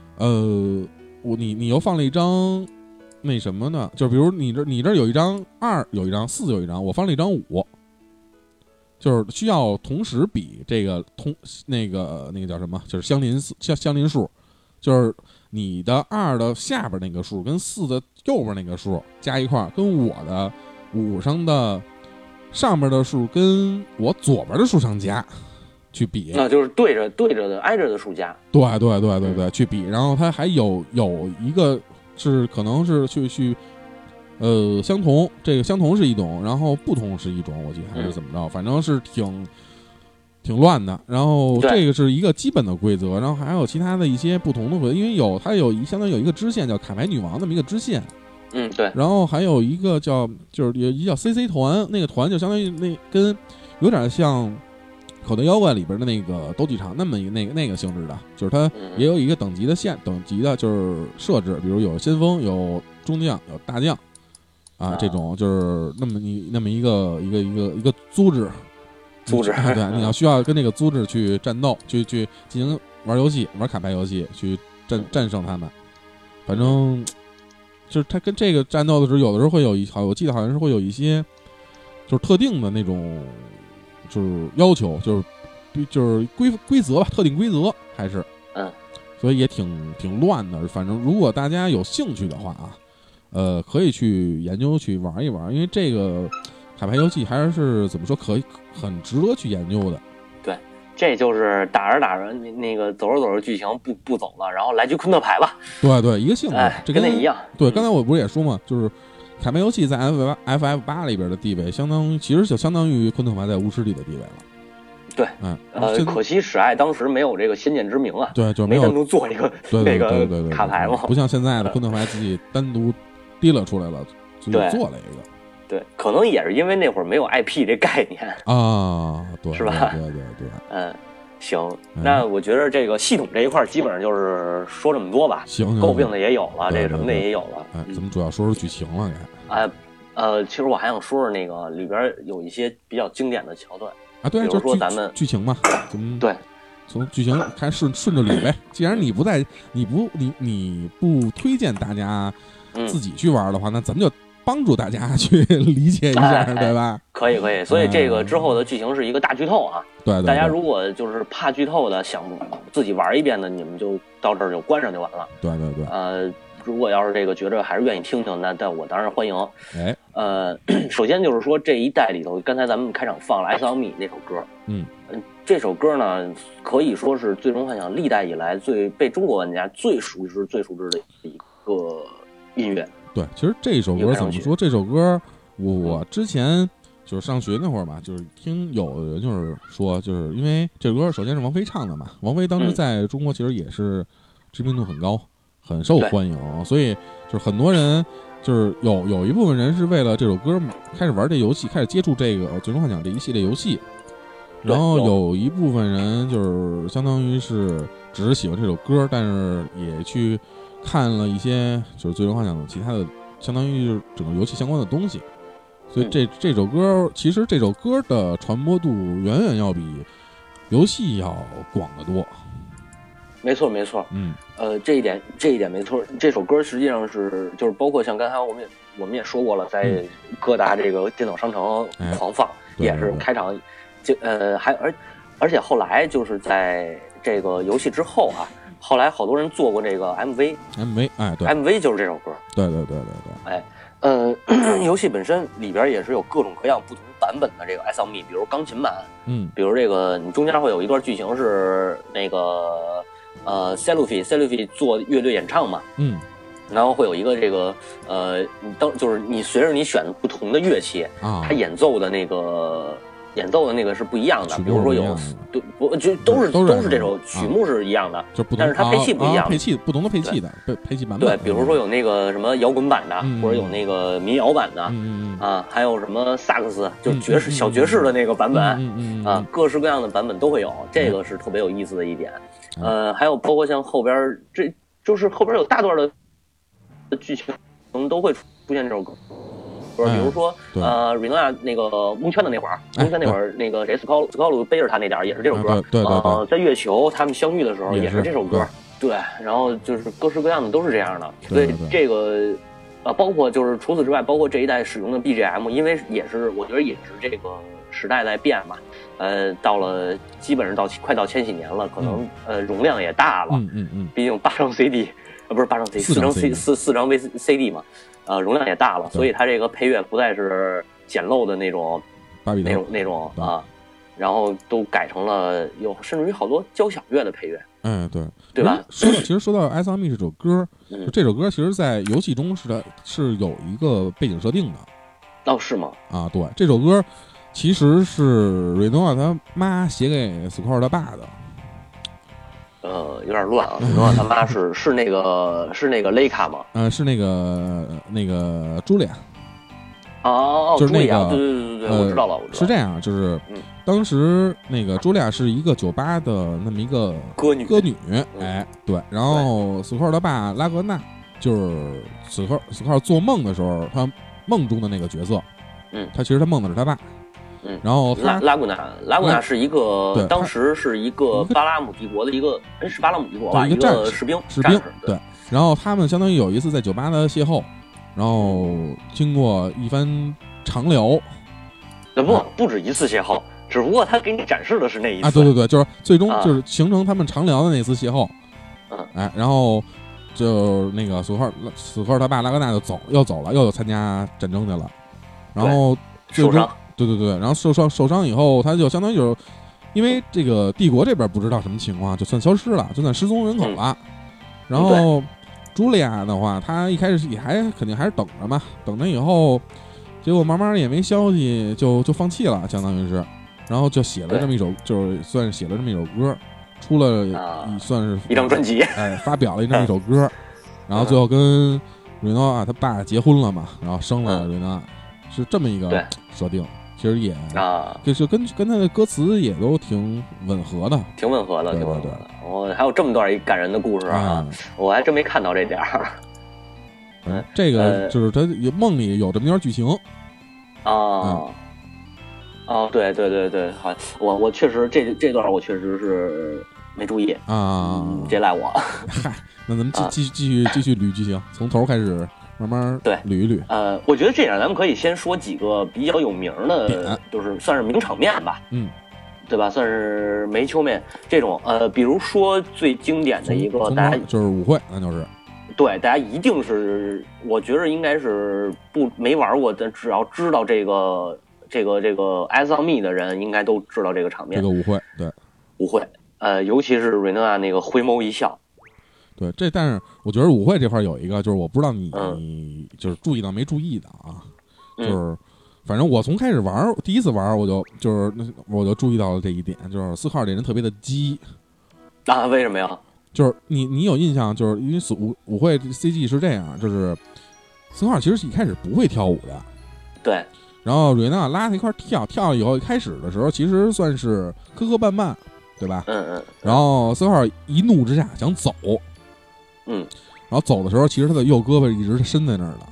你又放了一张那什么呢？就比如你这有一张2，有一张4，有一张，我放了一张5。就是需要同时比这个那个叫什么？就是相邻数，就是你的2的下边那个数跟4的右边那个数加一块，跟我的5上的上边的数跟我左边的数上加，去比。 那就是对着的挨着的数加。 对，去比。然后它还有一个是可能是去。相同，这个相同是一种，然后不同是一种，我记得还是怎么着，反正是挺乱的。然后这个是一个基本的规则，然后还有其他的一些不同的规则，因为它相当于有一个支线叫卡牌女王这么一个支线， 对。 然后还有一个就是有一叫 CC 团，那个团就相当于跟有点像口袋妖怪里边的那个斗技场那么那个性质的，就是它也有一个等级的就是设置，比如有先锋、有中将、有大将。这种就是那么一个组织，对，你要需要跟那个组织去战斗，去进行玩游戏，玩卡牌游戏，去战胜他们。反正就是他跟这个战斗的时候，有的时候会有我记得好像是会有一些就是特定的那种就是要求，就是规则吧，特定规则还是所以也挺乱的。反正如果大家有兴趣的话可以去研究去玩一玩，因为这个卡牌游戏还是怎么说，很值得去研究的。 对，这就是打着那个走着剧情不走了，然后来局昆特牌吧。 对，一个性质，这跟那一样。 对，刚才我不是也说嘛，就是卡牌游戏在 FF8 里边的地位，其实就相当于昆特牌在巫师里的地位了。 对，可惜史爱当时没有这个先见之明啊， 对，就没单独做一个那个卡牌嘛， 不像现在的昆特牌自己单独提了出来了，自己做了一个。 对，可能也是因为那会儿没有 IP 这概念啊，对， 是吧？ 对。 行，那我觉得这个系统这一块基本上就是说这么多吧。 行， 诟病的也有了，这个什么的也有了。 咱们主要说剧情了， 其实我还想说那个里边有一些比较经典的桥段。 对， 比如说咱们剧情嘛，咱们对， 从剧情开始顺着捋呗。既然你不推荐大家自己去玩的话，那咱们就帮助大家去理解一下，对吧？ 可以。所以这个之后的剧情是一个大剧透啊。 对， 大家如果就是怕剧透的，想自己玩一遍的，你们就到这儿就关上就完了。 对。 如果要是这个觉着还是愿意听听，那我当然欢迎。首先就是说这一代里头，刚才咱们开场放了《Ice on Me》那首歌，这首歌呢可以说是《最终幻想》历代以来被中国玩家最熟知的一个音乐。 对，其实这首歌怎么说？这首歌我之前就是上学那会儿吧，就是听有人就是说，就是因为这首歌首先是王菲唱的嘛，王菲当时在中国其实也是知名度很高。很受欢迎，所以就是很多人就是有一部分人是为了这首歌开始玩这游戏，开始接触这个《最终幻想》这一系列游戏，然后有一部分人就是相当于是只是喜欢这首歌，但是也去看了一些就是《最终幻想》的其他的，相当于是整个游戏相关的东西。所以这首歌其实这首歌的传播度远远要比游戏要广得多。 没错，这一点没错。这首歌实际上就是包括像刚才我们也说过了，在各大这个电脑商城狂放，也是开场，而且后来就是在这个游戏之后啊，后来好多人做过这个 MV， 哎，对 ，MV 就是这首歌， 对， 哎，游戏本身里边也是有各种各样不同版本的这个 Eyes on Me， 比如钢琴版，比如这个你中间会有一段剧情是那个Celufi 做乐队演唱嘛，然后会有一个这个就是你随着你选不同的乐器，它演奏的那个是不一样的，比如说有都是这首曲目是一样的，但是它配器不一样， 配器不同的配器的配器版本， 对，比如说有那个什么摇滚版的，或者有那个民谣版的，还有什么萨克斯，就小爵士的那个版本，各式各样的版本都会有，这个是特别有意思的一点。还有包括像后边这就是后边有大段的剧情都会出现这首歌。比如说Rinoa 那个蒙圈的那会儿，那个谁斯考鲁背着他那点也是这首歌， 对， 在月球他们相遇的时候也是这首歌，对，然后就是各式各样的都是这样的，所以这个包括就是除此之外，包括这一代使用的 BGM， 因为我觉得也是这个时代在变嘛，到了基本上快到千禧年了，可能容量也大了，毕竟8张 CD， 不是8张 CD， 4张 VCD 嘛。容量也大了，所以它这个配乐不再是简陋的那种啊，然后都改成了甚至于好多交响乐的配乐。 对吧？其实说到《Eyes on Me》这首歌，这首歌其实在游戏中是有一个背景设定的。 哦，是吗？ 啊，对，这首歌其实是瑞诺瓦他妈写给斯科尔他爸的。 有点乱啊！瑞诺瓦他妈是那个雷卡吗？ 是那个茱莉亚。 哦， 就是那个，对，我知道了， 是这样，就是当时那个茱莉亚是一个酒吧的那么一个歌女，哎，对，然后斯科尔他爸拉格纳就是斯科尔做梦的时候，他梦中的那个角色，他其实他梦的是他爸。然后拉古纳是一个，当时是一个巴拉姆帝国的一个，是巴拉姆帝国吧，一个士兵， 对。然后他们相当于有一次在酒吧的邂逅，然后经过一番长聊， 不止一次邂逅，只不过他给你展示的是那一次。 对，就是最终就是形成他们长聊的那次邂逅。哎，然后就那个斯科尔他爸拉格纳又走了，又参加战争去了，然后最终。对，然后受伤以后，他就相当于就是，因为这个帝国这边不知道什么情况，就算消失了，就算失踪人口了。然后茱莉亚的话，她一开始也肯定还是等着嘛，等着以后，结果慢慢也没消息，就放弃了，相当于是，然后就写了这么一首，就是算是写了这么一首歌，出了算是一张专辑， 哎，发表了这么一首歌，然后最后跟瑞诺瓦他爸结婚了嘛，然后生了瑞诺瓦，是这么一个设定。其实也就是跟他的歌词也都挺吻合的， 挺吻合的。我还有这么段一感人的故事啊，我还真没看到这点儿。 这个就是他梦里有这么一段剧情。 对，好，我确实这段我确实是没注意这赖我。 嗨，那咱们继续捋剧情，从头开始。慢慢捋一捋。 我觉得这样咱们可以先说几个比较有名的，就是算是名场面吧，对吧？算是煤球面这种。比如说最经典的一个，大家就是舞会，那就是对，大家一定是，我觉得应该是没玩过的，只要知道这个 Eyes on Me 的人，应该都知道这个场面。 这个舞会，对， 舞会，尤其是瑞诺亚那个回眸一笑。 对，但是我觉得舞会这块有一个，就是我不知道你就是注意到没注意的啊，就是反正我从开始第一次玩我就注意到了这一点，就是斯科尔这人特别的鸡啊。为什么呀？ 就是你有印象，就是因为舞会 CG 是这样，就是斯科尔其实一开始不会跳舞的， 对。 然后瑞诺亚拉他一块跳以后，开始的时候其实算是磕磕绊绊，对吧？然后斯科尔一怒之下想走，然后走的时候，其实他的右胳膊一直伸在那儿的。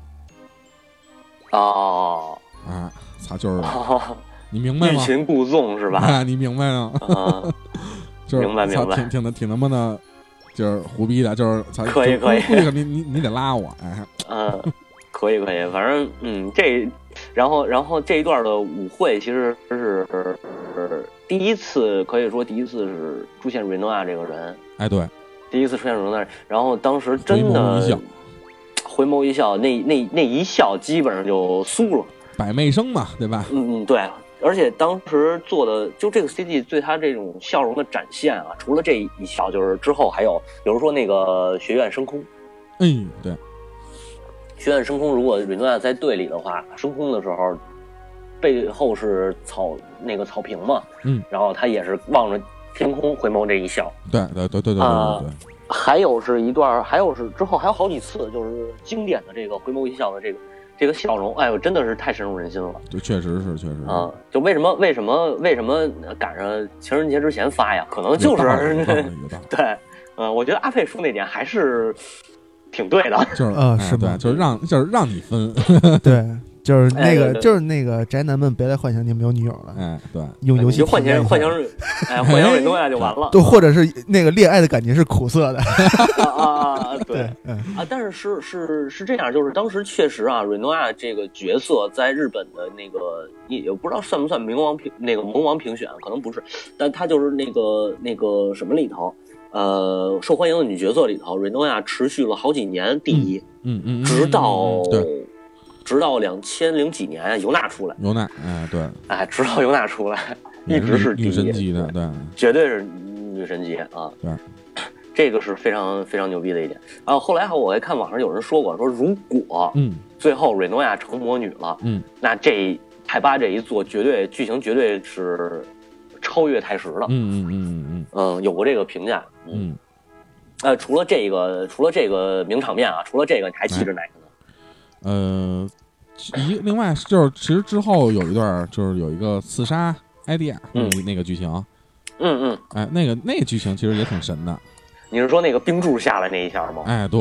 操，就是你明白吗？ 欲擒故纵是吧？ 你明白吗？就是明白， 挺他妈的，就是胡逼的，就是可以， 你得拉我， 可以，反正然后这一段的舞会其实是第一次，可以说第一次是出现瑞诺亚这个人， 对， 第一次出现瑞诺亚，然后当时真的回眸一笑，那一笑基本上就酥了， 百媚生嘛，对吧？ 对。而且当时做的就这个 CG 对他这种笑容的展现啊，除了这一笑，就是之后还有，比如说那个学院升空， 对， 学院升空，如果瑞诺亚在队里的话，升空的时候背后是草坪嘛，然后他也是望着天空回眸这一笑， 对， 还有是一段，还有是之后还有好几次，就是经典的这个回眸一笑的这个笑容，哎呦，真的是太深入人心了。 就确实就为什么赶上情人节之前发呀？可能就是对，我觉得阿佩说那点还是挺对的， 就是是吧？就是让你分， 对。就是那个宅男们别来幻想你们有女友了， 对， 用游戏幻想瑞诺亚就完了， 对，或者是那个恋爱的感觉是苦涩的， 对，但是这样，就是当时确实啊，瑞诺亚这个角色在日本的那个也不知道算不算萌王评选，可能不是，但他就是那个什么里头，受欢迎的女角色里头，瑞诺亚持续了好几年第一，直到2000几年尤娜出来， 对， 直到尤娜出来，一直是第一， 女神级的，对， 绝对是女神级啊， 对， 这个是非常非常牛逼的一点。后来我还看网上有人说过，说如果最后瑞诺亚成魔女了，那这泰巴这一座剧情绝对是超越泰石的，有过这个评价，除了这个名场面啊，除了这个你还记着哪个呢？ 另外就是其实之后有一段就是有一个刺杀艾迪亚那个剧情，那个剧情其实也挺神的。 你是说那个冰柱下来那一下吗？ 对，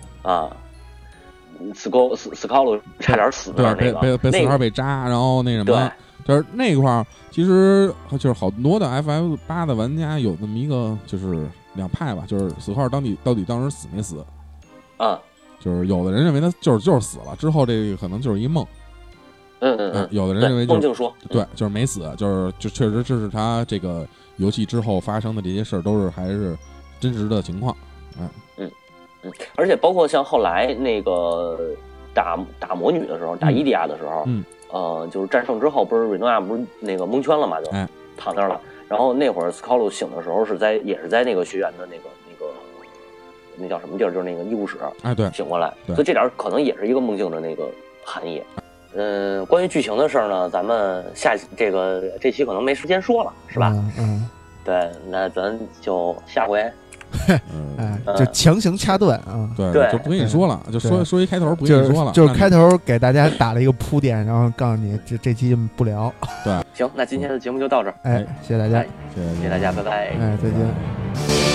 斯考鲁差点死那个，对，被4号被扎，然后那什么，就是那块儿其实就是好多的 FF8 的玩家有那么一个就是两派吧，就是4号到底当时死没死？就是有的人认为他就是死了，之后这个可能就是一梦。有的人认为梦境说， 对，就是没死，就确实这是他这个游戏之后发生的这些事儿都是还是真实的情况。 而且包括像后来那个打魔女的时候，打伊迪亚的时候，就是战胜之后，不是瑞诺亚不是那个蒙圈了嘛，就躺那儿了。然后那会儿斯考鲁醒的时候也是在那个学院的那叫什么地儿，就是那个医务室， 对， 醒过来，所以这点可能也是一个梦境的那个含义。关于剧情的事儿呢，咱们这期可能没时间说了，是吧？对，那咱就下回， 就强行掐断啊， 对，就不跟你说了，就说一开头不跟你说了， 就是开头给大家打了一个铺垫，然后告诉你这期不聊。 对， 行，那今天的节目就到这儿， 谢谢大家， 谢谢大家，拜拜， 再见。